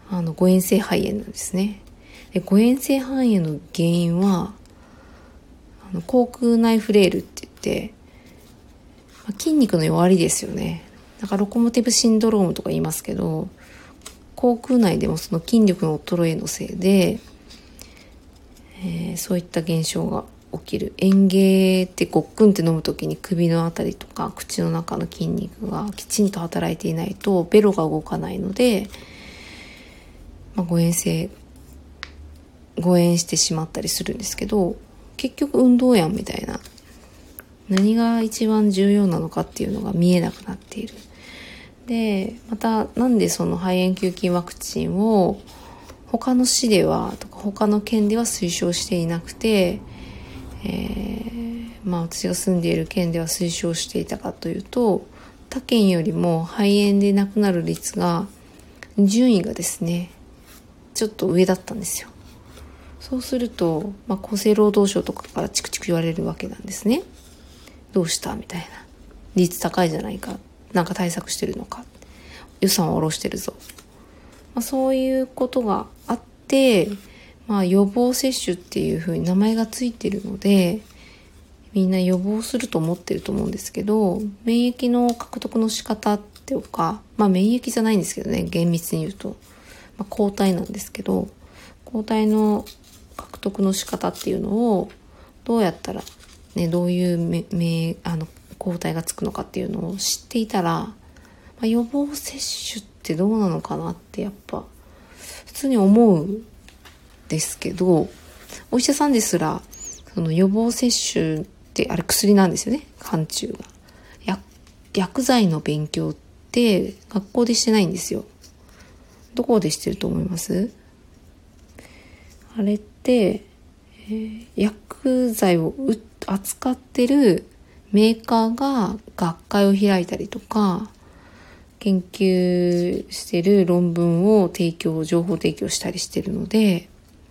あの誤嚥性肺炎なんですね。で誤嚥性肺炎の原因はあの口腔内フレイルって言って、まあ、筋肉の弱りですよね。だからロコモティブシンドロームとか言いますけど、口腔内でもその筋力の衰えのせいで、えー、そういった現象が起きる。嚥下ってごっくんって飲むときに首のあたりとか口の中の筋肉がきちんと働いていないとベロが動かないので、まあ、誤嚥性誤嚥してしまったりするんですけど、結局運動やんみたいな、何が一番重要なのかっていうのが見えなくなっている。でまたなんでその肺炎球菌ワクチンを他の市ではとか他の県では推奨していなくて、えー、まあ私が住んでいる県では推奨していたかというと、他県よりも肺炎で亡くなる率が順位がですねちょっと上だったんですよ。そうすると、まあ、厚生労働省とかからチクチク言われるわけなんですね。どうしたみたいな、率高いじゃないか、なんか対策してるのか、予算を下ろしてるぞ、まあ、そういうことがあって、まあ、予防接種っていう風に名前がついてるのでみんな予防すると思ってると思うんですけど、免疫の獲得の仕方っていうか、まあ免疫じゃないんですけどね、厳密に言うと、まあ、抗体なんですけど、抗体の獲得の仕方っていうのをどうやったらね、どういうめめあの抗体がつくのかっていうのを知っていたら、まあ、予防接種ってどうなのかなってやっぱ普通に思うんですけど、お医者さんですらその予防接種ってあれ薬なんですよね、寒中が。薬、薬剤の勉強って学校でしてないんですよ。どこでしてると思います？あれって、えー、薬剤を扱ってるメーカーが学会を開いたりとか、研究してる論文を提供、情報提供したりしてるので、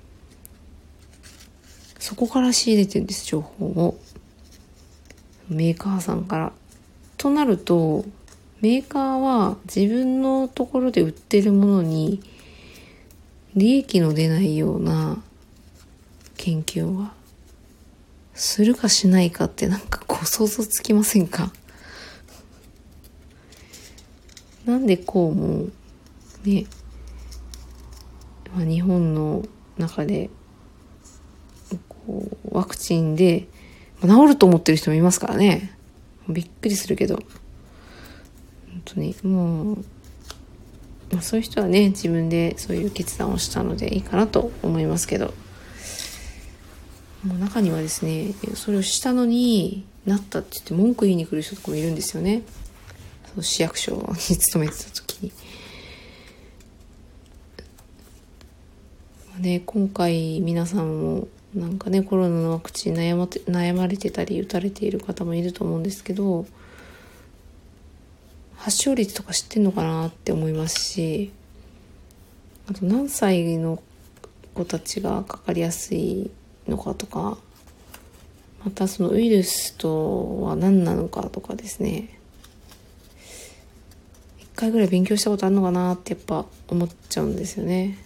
そこから仕入れてるんです、情報を。メーカーさんから。となると、メーカーは自分のところで売ってるものに利益の出ないような研究はするかしないかってなんかこう想像つきませんか？なんでこうもね、まあ、日本の中でこうワクチンで治ると思ってる人もいますからね。びっくりするけど、本当にもう、まあ、そういう人はね自分でそういう決断をしたのでいいかなと思いますけど、もう中にはですね、それをしたのになったって言って文句言いに来る人とかもいるんですよね。その市役所に勤めてた時に、まあね、今回皆さんもなんかねコロナのワクチン悩まて悩まれてたり打たれている方もいると思うんですけど、発症率とか知ってんのかなって思いますし、あと何歳の子たちがかかりやすいのかとか、またそのウイルスとは何なのかとかですね、一回ぐらい勉強したことあるのかなってやっぱ思っちゃうんですよね。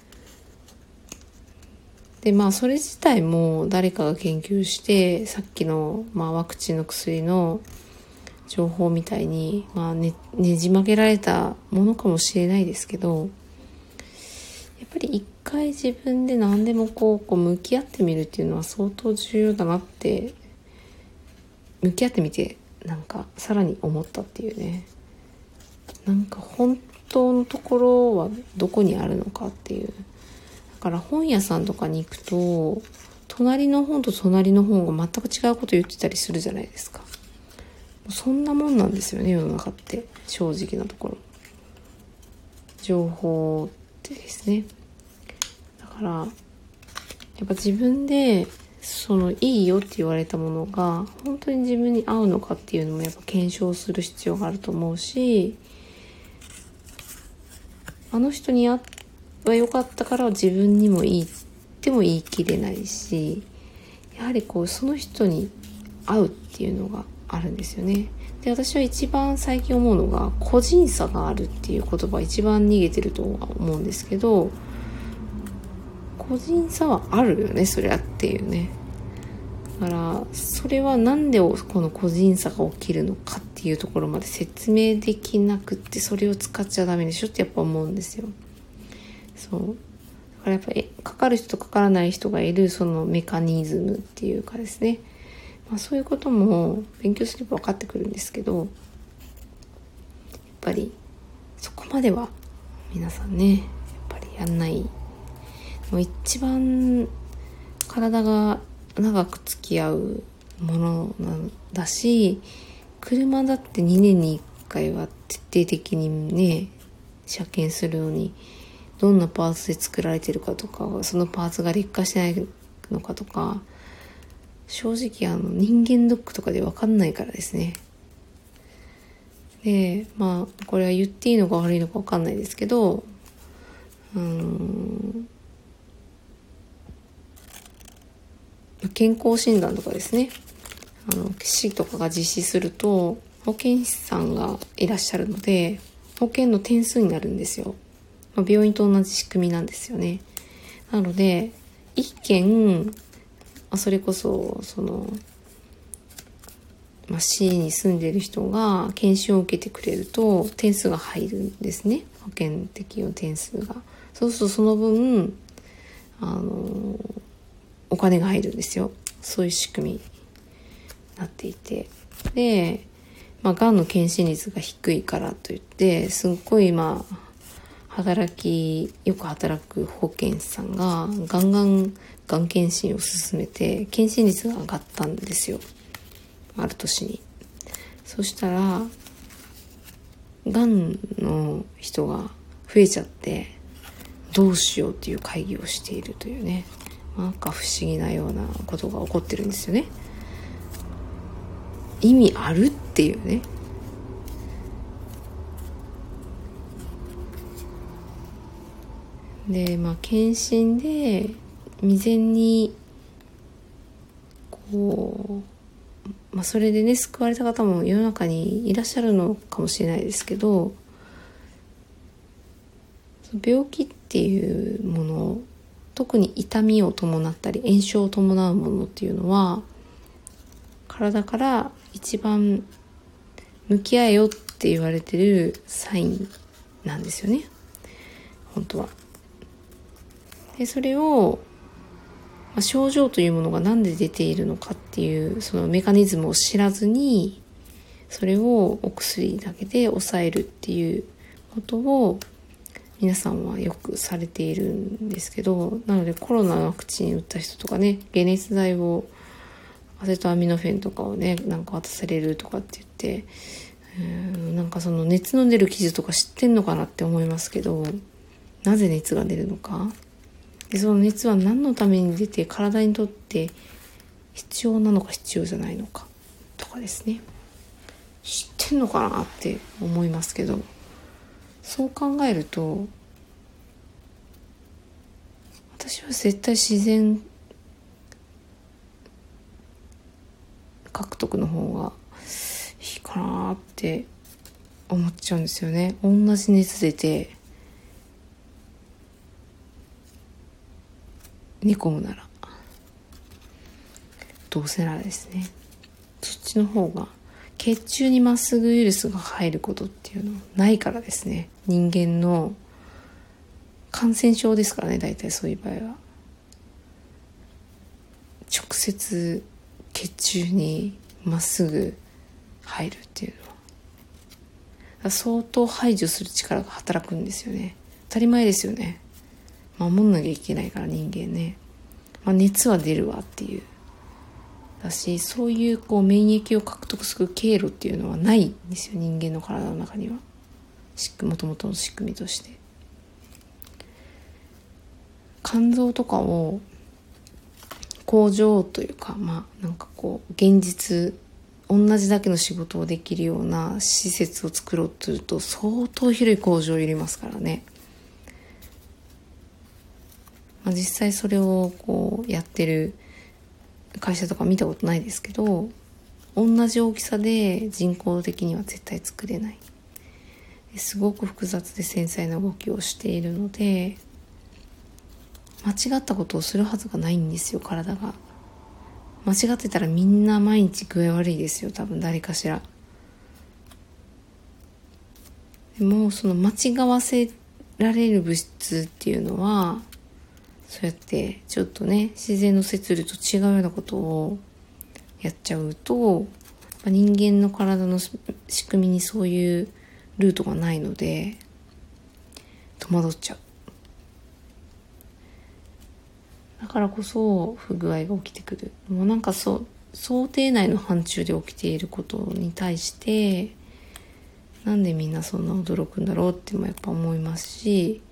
でまあそれ自体も誰かが研究してさっきの、まあ、ワクチンの薬の情報みたいに、まあね、ねじ曲げられたものかもしれないですけど、やっぱり一回自分で何でもこう、こう向き合ってみるっていうのは相当重要だなって、向き合ってみてなんかさらに思ったっていうね。なんか本当のところはどこにあるのかっていう。だから本屋さんとかに行くと隣の本と隣の本が全く違うこと言ってたりするじゃないですか。そんなもんなんですよね、世の中って。正直なところ情報ってですね。だからやっぱ自分でそのいいよって言われたものが本当に自分に合うのかっていうのもやっぱ検証する必要があると思うし、あの人に合っては良かったから自分にもいいっても言い切れないし、やはりこうその人に合うっていうのがあるんですよね。 で、私は一番最近思うのが個人差があるっていう言葉一番逃げてるとは思うんですけど、個人差はあるよねそりゃっていうね。だからそれはなんでこの個人差が起きるのかっていうところまで説明できなくって、それを使っちゃダメでしょってやっぱ思うんですよ。そうだからやっぱりかかる人とかからない人がいるそのメカニズムっていうかですね、まあ、そういうことも勉強すれば分かってくるんですけど、やっぱりそこまでは皆さんねやっぱりやんない。もう一番体が長く付き合うものなんだし、車だってにねんにいっかいは徹底的にね車検するのにどんなパーツで作られてるかとか、そのパーツが劣化してないのかとか、正直あの人間ドックとかで分かんないからですね。でまあこれは言っていいのか悪いのか分かんないですけど、うーん健康診断とかですね、あの市とかが実施すると保健師さんがいらっしゃるので保険の点数になるんですよ。まあ、病院と同じ仕組みなんですよね。なので一件それこそその、まあ、市に住んでいる人が研修を受けてくれると点数が入るんですね。保険適用点数が。そうするとその分あのお金が入るんですよ。そういう仕組みになっていて、で、まあ、がんの検診率が低いからといってすっごいまあ働きよく働く保健師さんがガンガンがん検診を進めて検診率が上がったんですよ、ある年に。そしたらがんの人が増えちゃってどうしようっていう会議をしているというね、なんか不思議なようなことが起こってるんですよね。意味あるっていうね。でまあ検診で未然にこう、まあ、それでね救われた方も世の中にいらっしゃるのかもしれないですけど、病気っていうもの、特に痛みを伴ったり炎症を伴うものっていうのは体から一番向き合えよって言われてるサインなんですよね、本当は。でそれを、まあ、症状というものが何で出ているのかっていうそのメカニズムを知らずにそれをお薬だけで抑えるっていうことを皆さんはよくされているんですけど、なのでコロナワクチン打った人とかね、解熱剤をアセトアミノフェンとかをねなんか渡されるとかって言って、うーんなんかその熱の出る傷とか知ってんのかなって思いますけど、なぜ熱が出るのか、でその熱は何のために出て体にとって必要なのか必要じゃないのかとかですね、知ってんのかなって思いますけど、そう考えると私は絶対自然獲得の方がいいかなって思っちゃうんですよね。同じ熱出て煮込むならどうせならですね、そっちの方が血中にまっすぐウイルスが入ることっていうのないからですね。人間の感染症ですからね、大体そういう場合は直接血中にまっすぐ入るっていうのは相当排除する力が働くんですよね。当たり前ですよね。守んなきゃいけないから人間ね、まあ、熱は出るわっていうだし、そういうこう免疫を獲得する経路っていうのはないんですよ、人間の体の中には。もともとの仕組みとして肝臓とかを工場というか、まあなんかこう現実同じだけの仕事をできるような施設を作ろうとすると相当広い工場いりますからね。まあ、実際それをこうやってる会社とか見たことないですけど、 同じ大きさで人工的には絶対作れない。すごく複雑で繊細な動きをしているので、間違ったことをするはずがないんですよ、体が。間違ってたらみんな毎日具合悪いですよ、多分誰かしら。でもその間違わせられる物質っていうのは、そうやってちょっとね、自然の摂理と違うようなことをやっちゃうと、人間の体の仕組みにそういうルートがないので戸惑っちゃう。だからこそ不具合が起きてくる。もうなんかそう想定内の範疇で起きていることに対してなんでみんなそんな驚くんだろうってもやっぱ思いますし、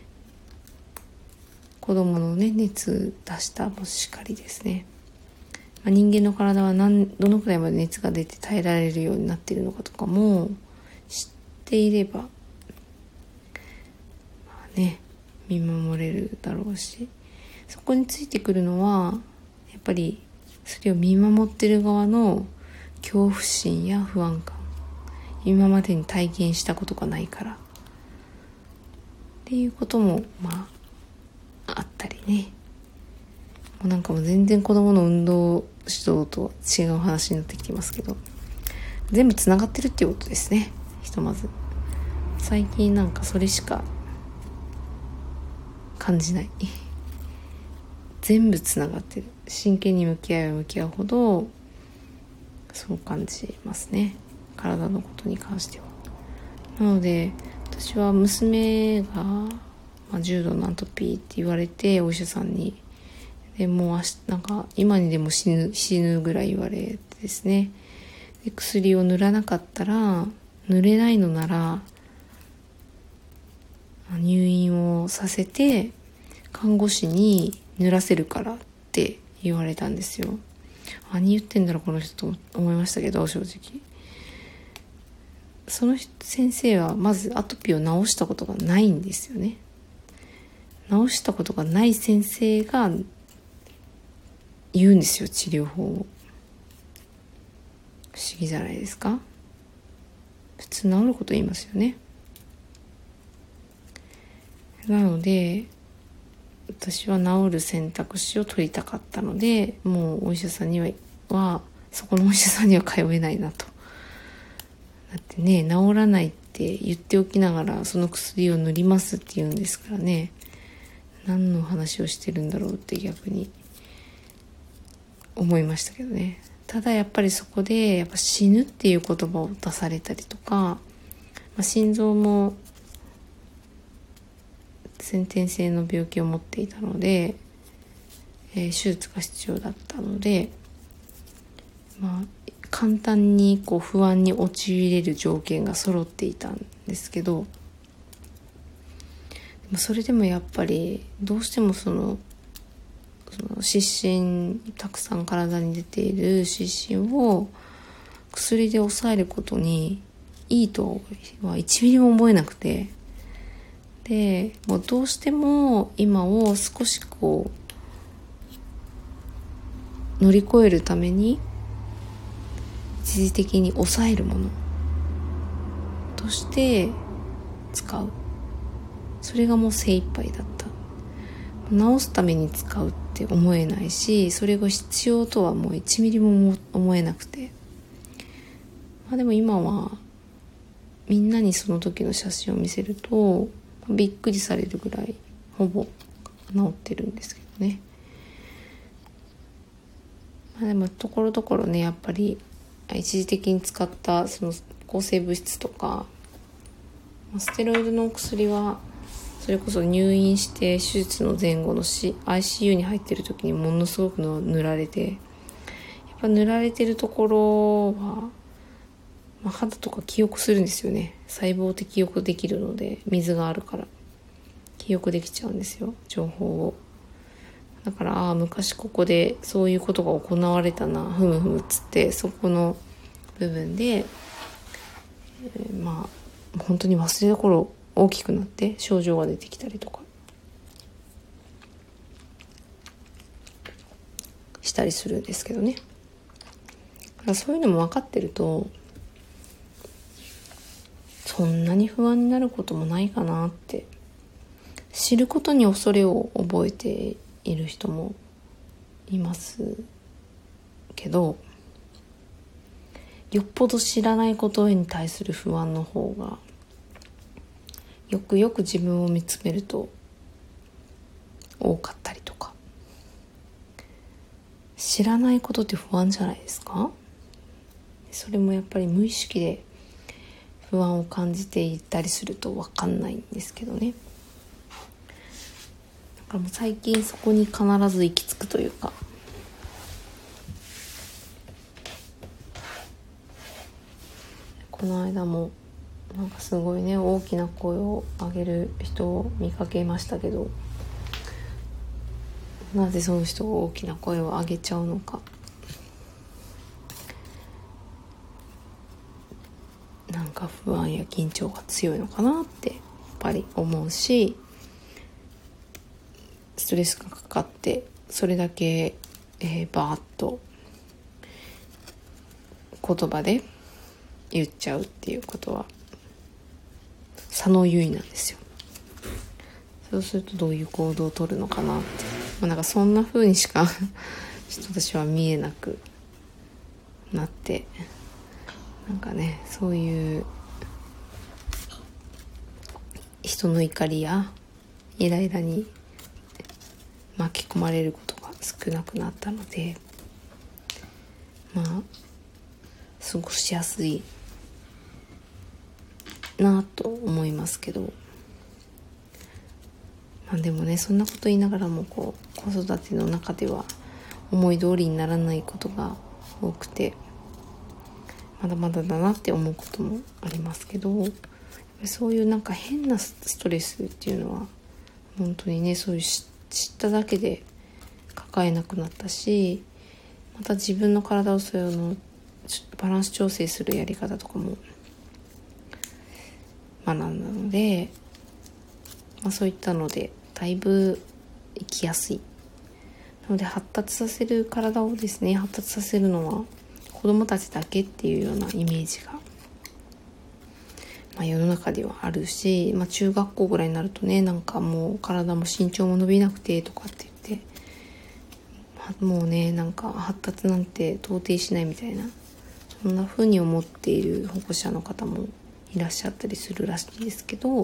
子供のね熱出したもしかりですね。まあ、人間の体は何どのくらいまで熱が出て耐えられるようになっているのかとかも知っていれば、まあね、見守れるだろうし、そこについてくるのはやっぱりそれを見守ってる側の恐怖心や不安感、今までに体験したことがないからっていうこともまああったりね。もうなんかもう全然子供の運動指導と違う話になってきてますけど、全部つながってるっていうことですね。ひとまず最近なんかそれしか感じない。全部つながってる。真剣に向き合えば向き合うほどそう感じますね、体のことに関しては。なので私は娘が、まあ、重度のアトピーって言われてお医者さんに、でもう明日なんか今にでも死ぬ死ぬぐらい言われてですね、で薬を塗らなかったら、塗れないのなら入院をさせて看護師に塗らせるからって言われたんですよ。何言ってんだろうこの人と思いましたけど、正直その先生はまずアトピーを治したことがないんですよね。治したことがない先生が言うんですよ、治療法を。不思議じゃないですか。普通治ること言いますよね。なので私は治る選択肢を取りたかったので、もうお医者さんには、はそこのお医者さんには通えないなと。だってね、治らないって言っておきながらその薬を塗りますって言うんですからね、何の話をしてるんだろうって逆に思いましたけどね。ただやっぱりそこでやっぱ死ぬっていう言葉を出されたりとか、まあ、心臓も先天性の病気を持っていたので、えー、手術が必要だったので、まあ、簡単にこう不安に陥れる条件が揃っていたんですけど、それでもやっぱりどうしてもそのその湿疹たくさん体に出ている湿疹を薬で抑えることにいいとはいちミリも思えなくて、でもうどうしても今を少しこう乗り越えるために一時的に抑えるものとして使う、それがもう精一杯だった。治すために使うって思えないし、それが必要とはもういちミリも思えなくて、まあ、でも今はみんなにその時の写真を見せるとびっくりされるぐらいほぼ治ってるんですけどね。まあ、でもところどころね、やっぱり一時的に使ったその抗生物質とかステロイドの薬はそれこそ入院して手術の前後の アイシーユー に入ってる時にものすごくの塗られて、やっぱ塗られてるところは、まあ、肌とか記憶するんですよね。細胞って記憶できるので、水があるから記憶できちゃうんですよ、情報を。だからああ昔ここでそういうことが行われたな、ふむふむっつってそこの部分で、えー、まあ本当に忘れどころ大きくなって症状が出てきたりとかしたりするんですけどね。 からそういうのも分かってるとそんなに不安になることもないかなって。知ることに恐れを覚えている人もいますけど、よっぽど知らないことに対する不安の方がよくよく自分を見つめると多かったりとか。知らないことって不安じゃないですか。それもやっぱり無意識で不安を感じていたりすると分かんないんですけどね。だからもう最近そこに必ず行き着くというか、この間もなんかすごいね大きな声を上げる人を見かけましたけど、なぜその人が大きな声を上げちゃうのか、なんか不安や緊張が強いのかなってやっぱり思うし、ストレスがかかってそれだけ、えー、バーッと言葉で言っちゃうっていうことは左脳優位なんですよ。そうするとどういう行動を取るのかなって、まあ、なんかそんな風にしか私は見えなくなって、なんかねそういう人の怒りやイライラに巻き込まれることが少なくなったので、まあ過ごしやすいなと思いますけど、まあ、でもねそんなこと言いながらもこう子育ての中では思い通りにならないことが多くて、まだまだだなって思うこともありますけど、そういうなんか変なストレスっていうのは本当にねそういう知っただけで抱えなくなったし、また自分の体をそういうのバランス調整するやり方とかも学んだので、まあ、そういったのでだいぶ生きやすいなので、発達させる体をですね発達させるのは子供たちだけっていうようなイメージが、まあ、世の中ではあるし、まあ、中学校ぐらいになるとねなんかもう体も身長も伸びなくてとかって言って、まあ、もうねなんか発達なんて到底しないみたいな、そんな風に思っている保護者の方もいらっしゃったりするらしいんですけど、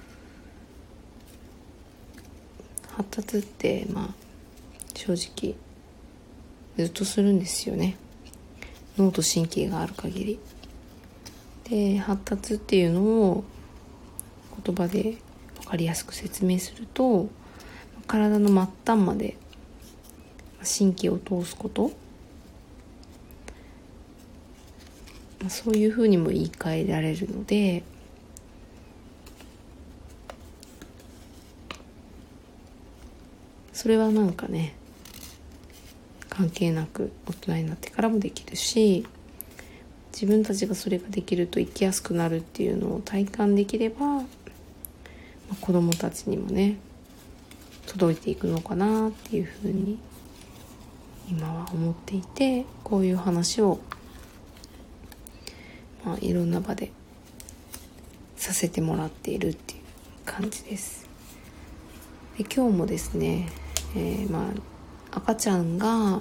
発達ってまあ正直ずっとするんですよね、脳と神経がある限りで。発達っていうのを言葉で分かりやすく説明すると、体の末端まで神経を通すこと、そういうふうにも言い換えられるので、それはなんかね関係なく大人になってからもできるし、自分たちがそれができると生きやすくなるっていうのを体感できれば、まあ、子供たちにもね届いていくのかなっていうふうに今は思っていて、こういう話を、まあ、いろんな場でさせてもらっているっていう感じです。で今日もですね、えー、まあ赤ちゃんが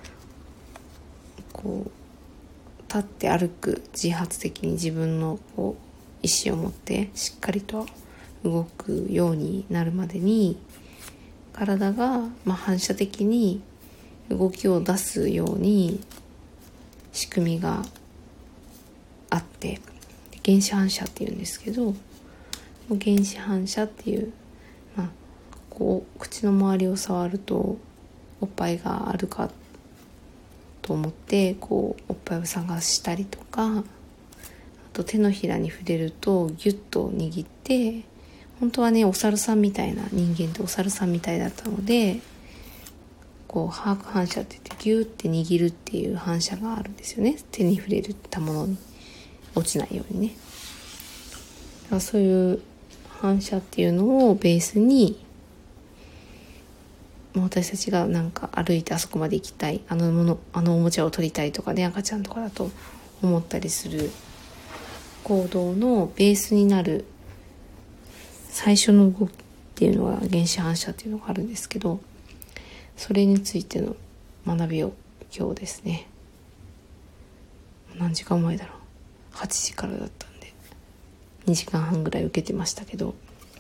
こう立って歩く、自発的に自分のこう意思を持ってしっかりと動くようになるまでに、体がまあ反射的に動きを出すように仕組みがあって、原始反射っていうんですけど、原始反射っていう、まあ、こう口の周りを触るとおっぱいがあるかと思ってこうおっぱいを探したりとか、あと手のひらに触れるとギュッと握って、本当はねお猿さんみたいな、人間ってお猿さんみたいだったので、こう把握反射って言ってギュッて握るっていう反射があるんですよね、手に触れたものに落ちないようにね。だからそういう反射っていうのをベースに、 私たちがなんか歩いてあそこまで行きたい、あのものあのおもちゃを取りたいとかね、赤ちゃんとかだと思ったりする行動のベースになる最初の動きっていうのは原子反射っていうのがあるんですけど、それについての学びを今日ですね、何時間前だろう、はちじからだったんでにじかんはんぐらい受けてましたけど、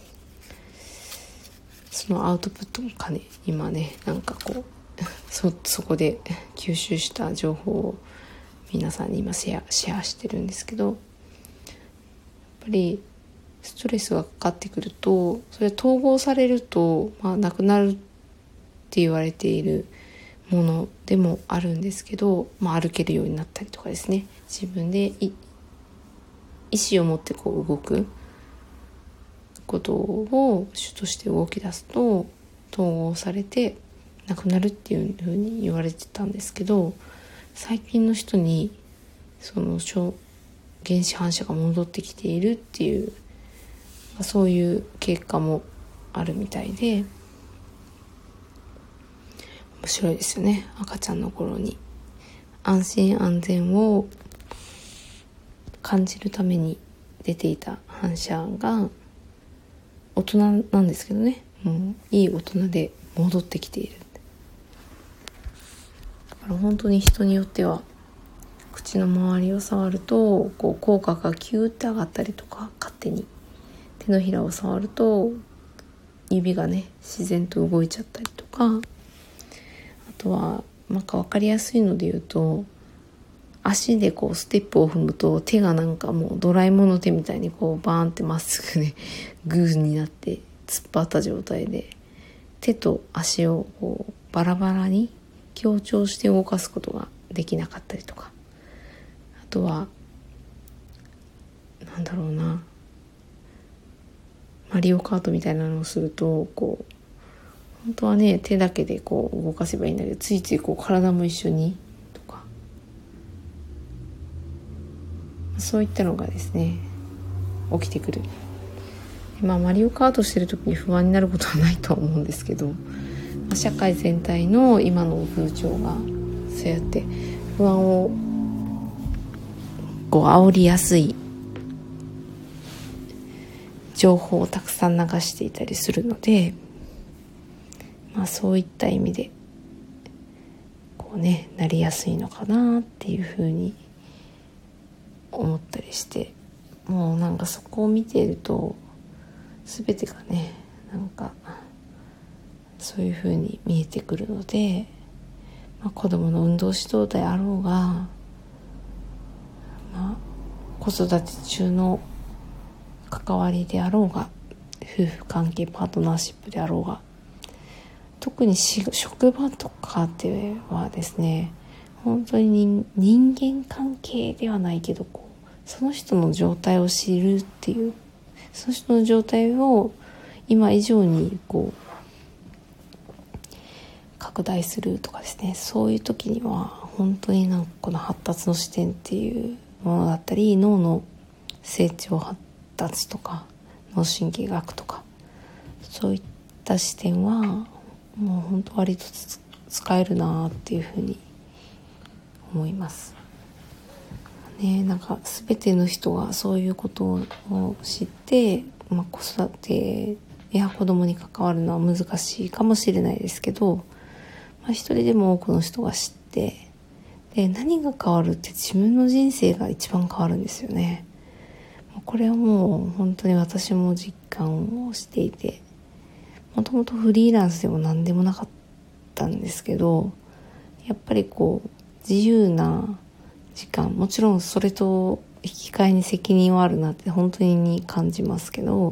そのアウトプットも兼ね今ね、なんかこうそ, そこで吸収した情報を皆さんに今シェアシェアしてるんですけど、やっぱりストレスがかかってくると、それ統合されると、まあ、なくなるって言われているものでもあるんですけど、まあ、歩けるようになったりとかですね、自分で意思を持ってこう動くことを主として動き出すと統合されてなくなるっていうふうに言われてたんですけど、最近の人にその原子反射が戻ってきているっていう、そういう結果もあるみたいで面白いですよね。赤ちゃんの頃に安心安全を感じるために出ていた反射が大人なんですけどね、もういい大人で戻ってきている。だから本当に人によっては口の周りを触るとこう口角がキューって上がったりとか、勝手に手のひらを触ると指がね自然と動いちゃったりとか、あとはなんか分かりやすいので言うと、足でこうステップを踏むと手がなんかもうドラえもんの手みたいにこうバーンってまっすぐねグーになって突っ張った状態で手と足をこうバラバラに強調して動かすことができなかったりとか、あとはなんだろうな、マリオカートみたいなのをするとこう本当はね手だけでこう動かせばいいんだけど、ついついこう体も一緒にとか、そういったのがですね起きてくる。まあマリオカートしてる時に不安になることはないとは思うんですけど、まあ、社会全体の今の風潮がそうやって不安をこう煽りやすい情報をたくさん流していたりするので、まあそういった意味でこうねなりやすいのかなっていうふうに思ったりして、もうなんかそこを見ていると全てがねなんかそういうふうに見えてくるので、まあ、子どもの運動指導であろうが、まあ、子育て中の関わりであろうが、夫婦関係パートナーシップであろうが、特に職場とかではですね、本当に人間関係ではないけどこうその人の状態を知るっていう、その人の状態を今以上にこう拡大するとかですね、そういう時には本当になんかこの発達の視点っていうものだったり、脳の成長発達とか脳神経学とかそういった視点はもう本当割と使えるなっていうふうに思いますね。なんか全ての人がそういうことを知って、まあ、子育てや子供に関わるのは難しいかもしれないですけど、まあ、一人でも多くの人が知って、で何が変わるって自分の人生が一番変わるんですよね。これはもう本当に私も実感をしていて、もともとフリーランスでも何でもなかったんですけど、やっぱりこう自由な時間、もちろんそれと引き換えに責任はあるなって本当に感じますけど、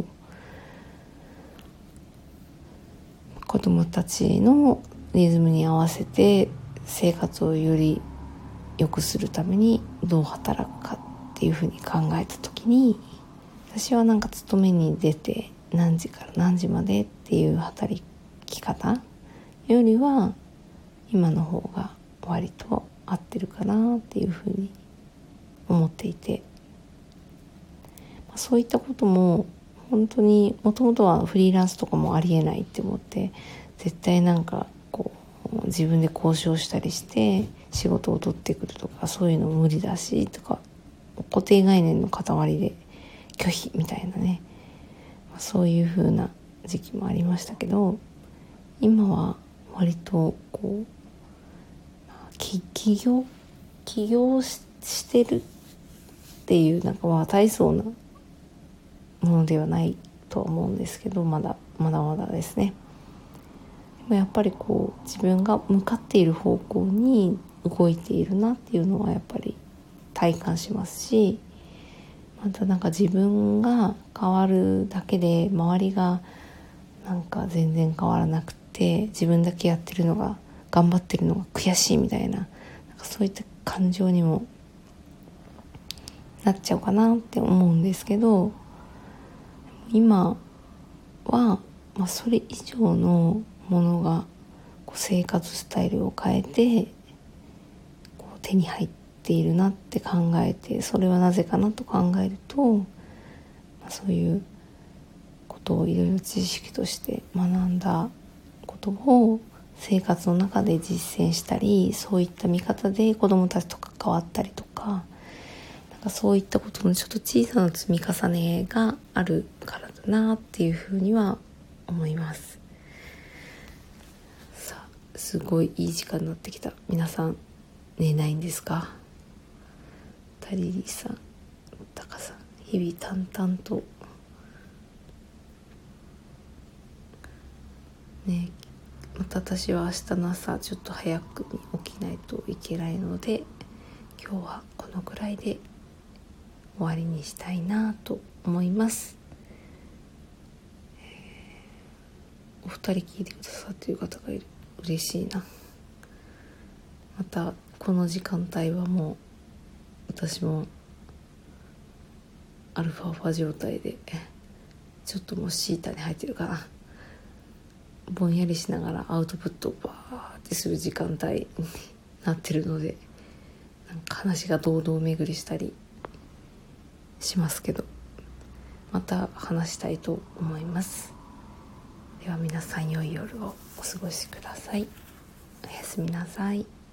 子供たちのリズムに合わせて生活をより良くするためにどう働くかっていうふうに考えた時に、私はなんか勤めに出て何時から何時までっていう働き方よりは今の方が割と合ってるかなっていうふうに思っていて、そういったことも本当にもともとはフリーランスとかもありえないって思って、絶対なんか自分で交渉したりして仕事を取ってくるとか、そういうの無理だしとか、固定概念の塊で拒否みたいなね、そういう風な時期もありましたけど、今は割とこう起業起業ししてるっていうなんかは大層なものではないとは思うんですけど、まだまだまだですね。でもやっぱりこう自分が向かっている方向に動いているなっていうのはやっぱり体感しますし、またなんか自分が変わるだけで周りがなんか全然変わらなくて、自分だけやってるのが頑張ってるのが悔しいみたいな、なんかそういった感情にもなっちゃうかなって思うんですけど、今は、まあ、それ以上のものがこう生活スタイルを変えてこう手に入っているなって考えて、それはなぜかなと考えると、まあ、そういうことをいろいろ知識として学んだことを生活の中で実践したり、そういった見方で子どもたちと関わったりとか、なんかそういったことのちょっと小さな積み重ねがあるからだなっていうふうには思います。さあ、すごいいい時間になってきた。皆さん寝ないんですか？タリリさん、タカさん、日々淡々とね。また私は明日の朝ちょっと早くに起きないといけないので、今日はこのくらいで終わりにしたいなと思います。えー、お二人聞いてくださっている方がいる、嬉しいな。またこの時間帯はもう私もアルファファ状態で、ちょっともうシータに入ってるかな、ぼんやりしながらアウトプットをバーってする時間帯になってるので、なんか話が堂々巡りしたりしますけど、また話したいと思います。では皆さん良い夜をお過ごしください。おやすみなさい。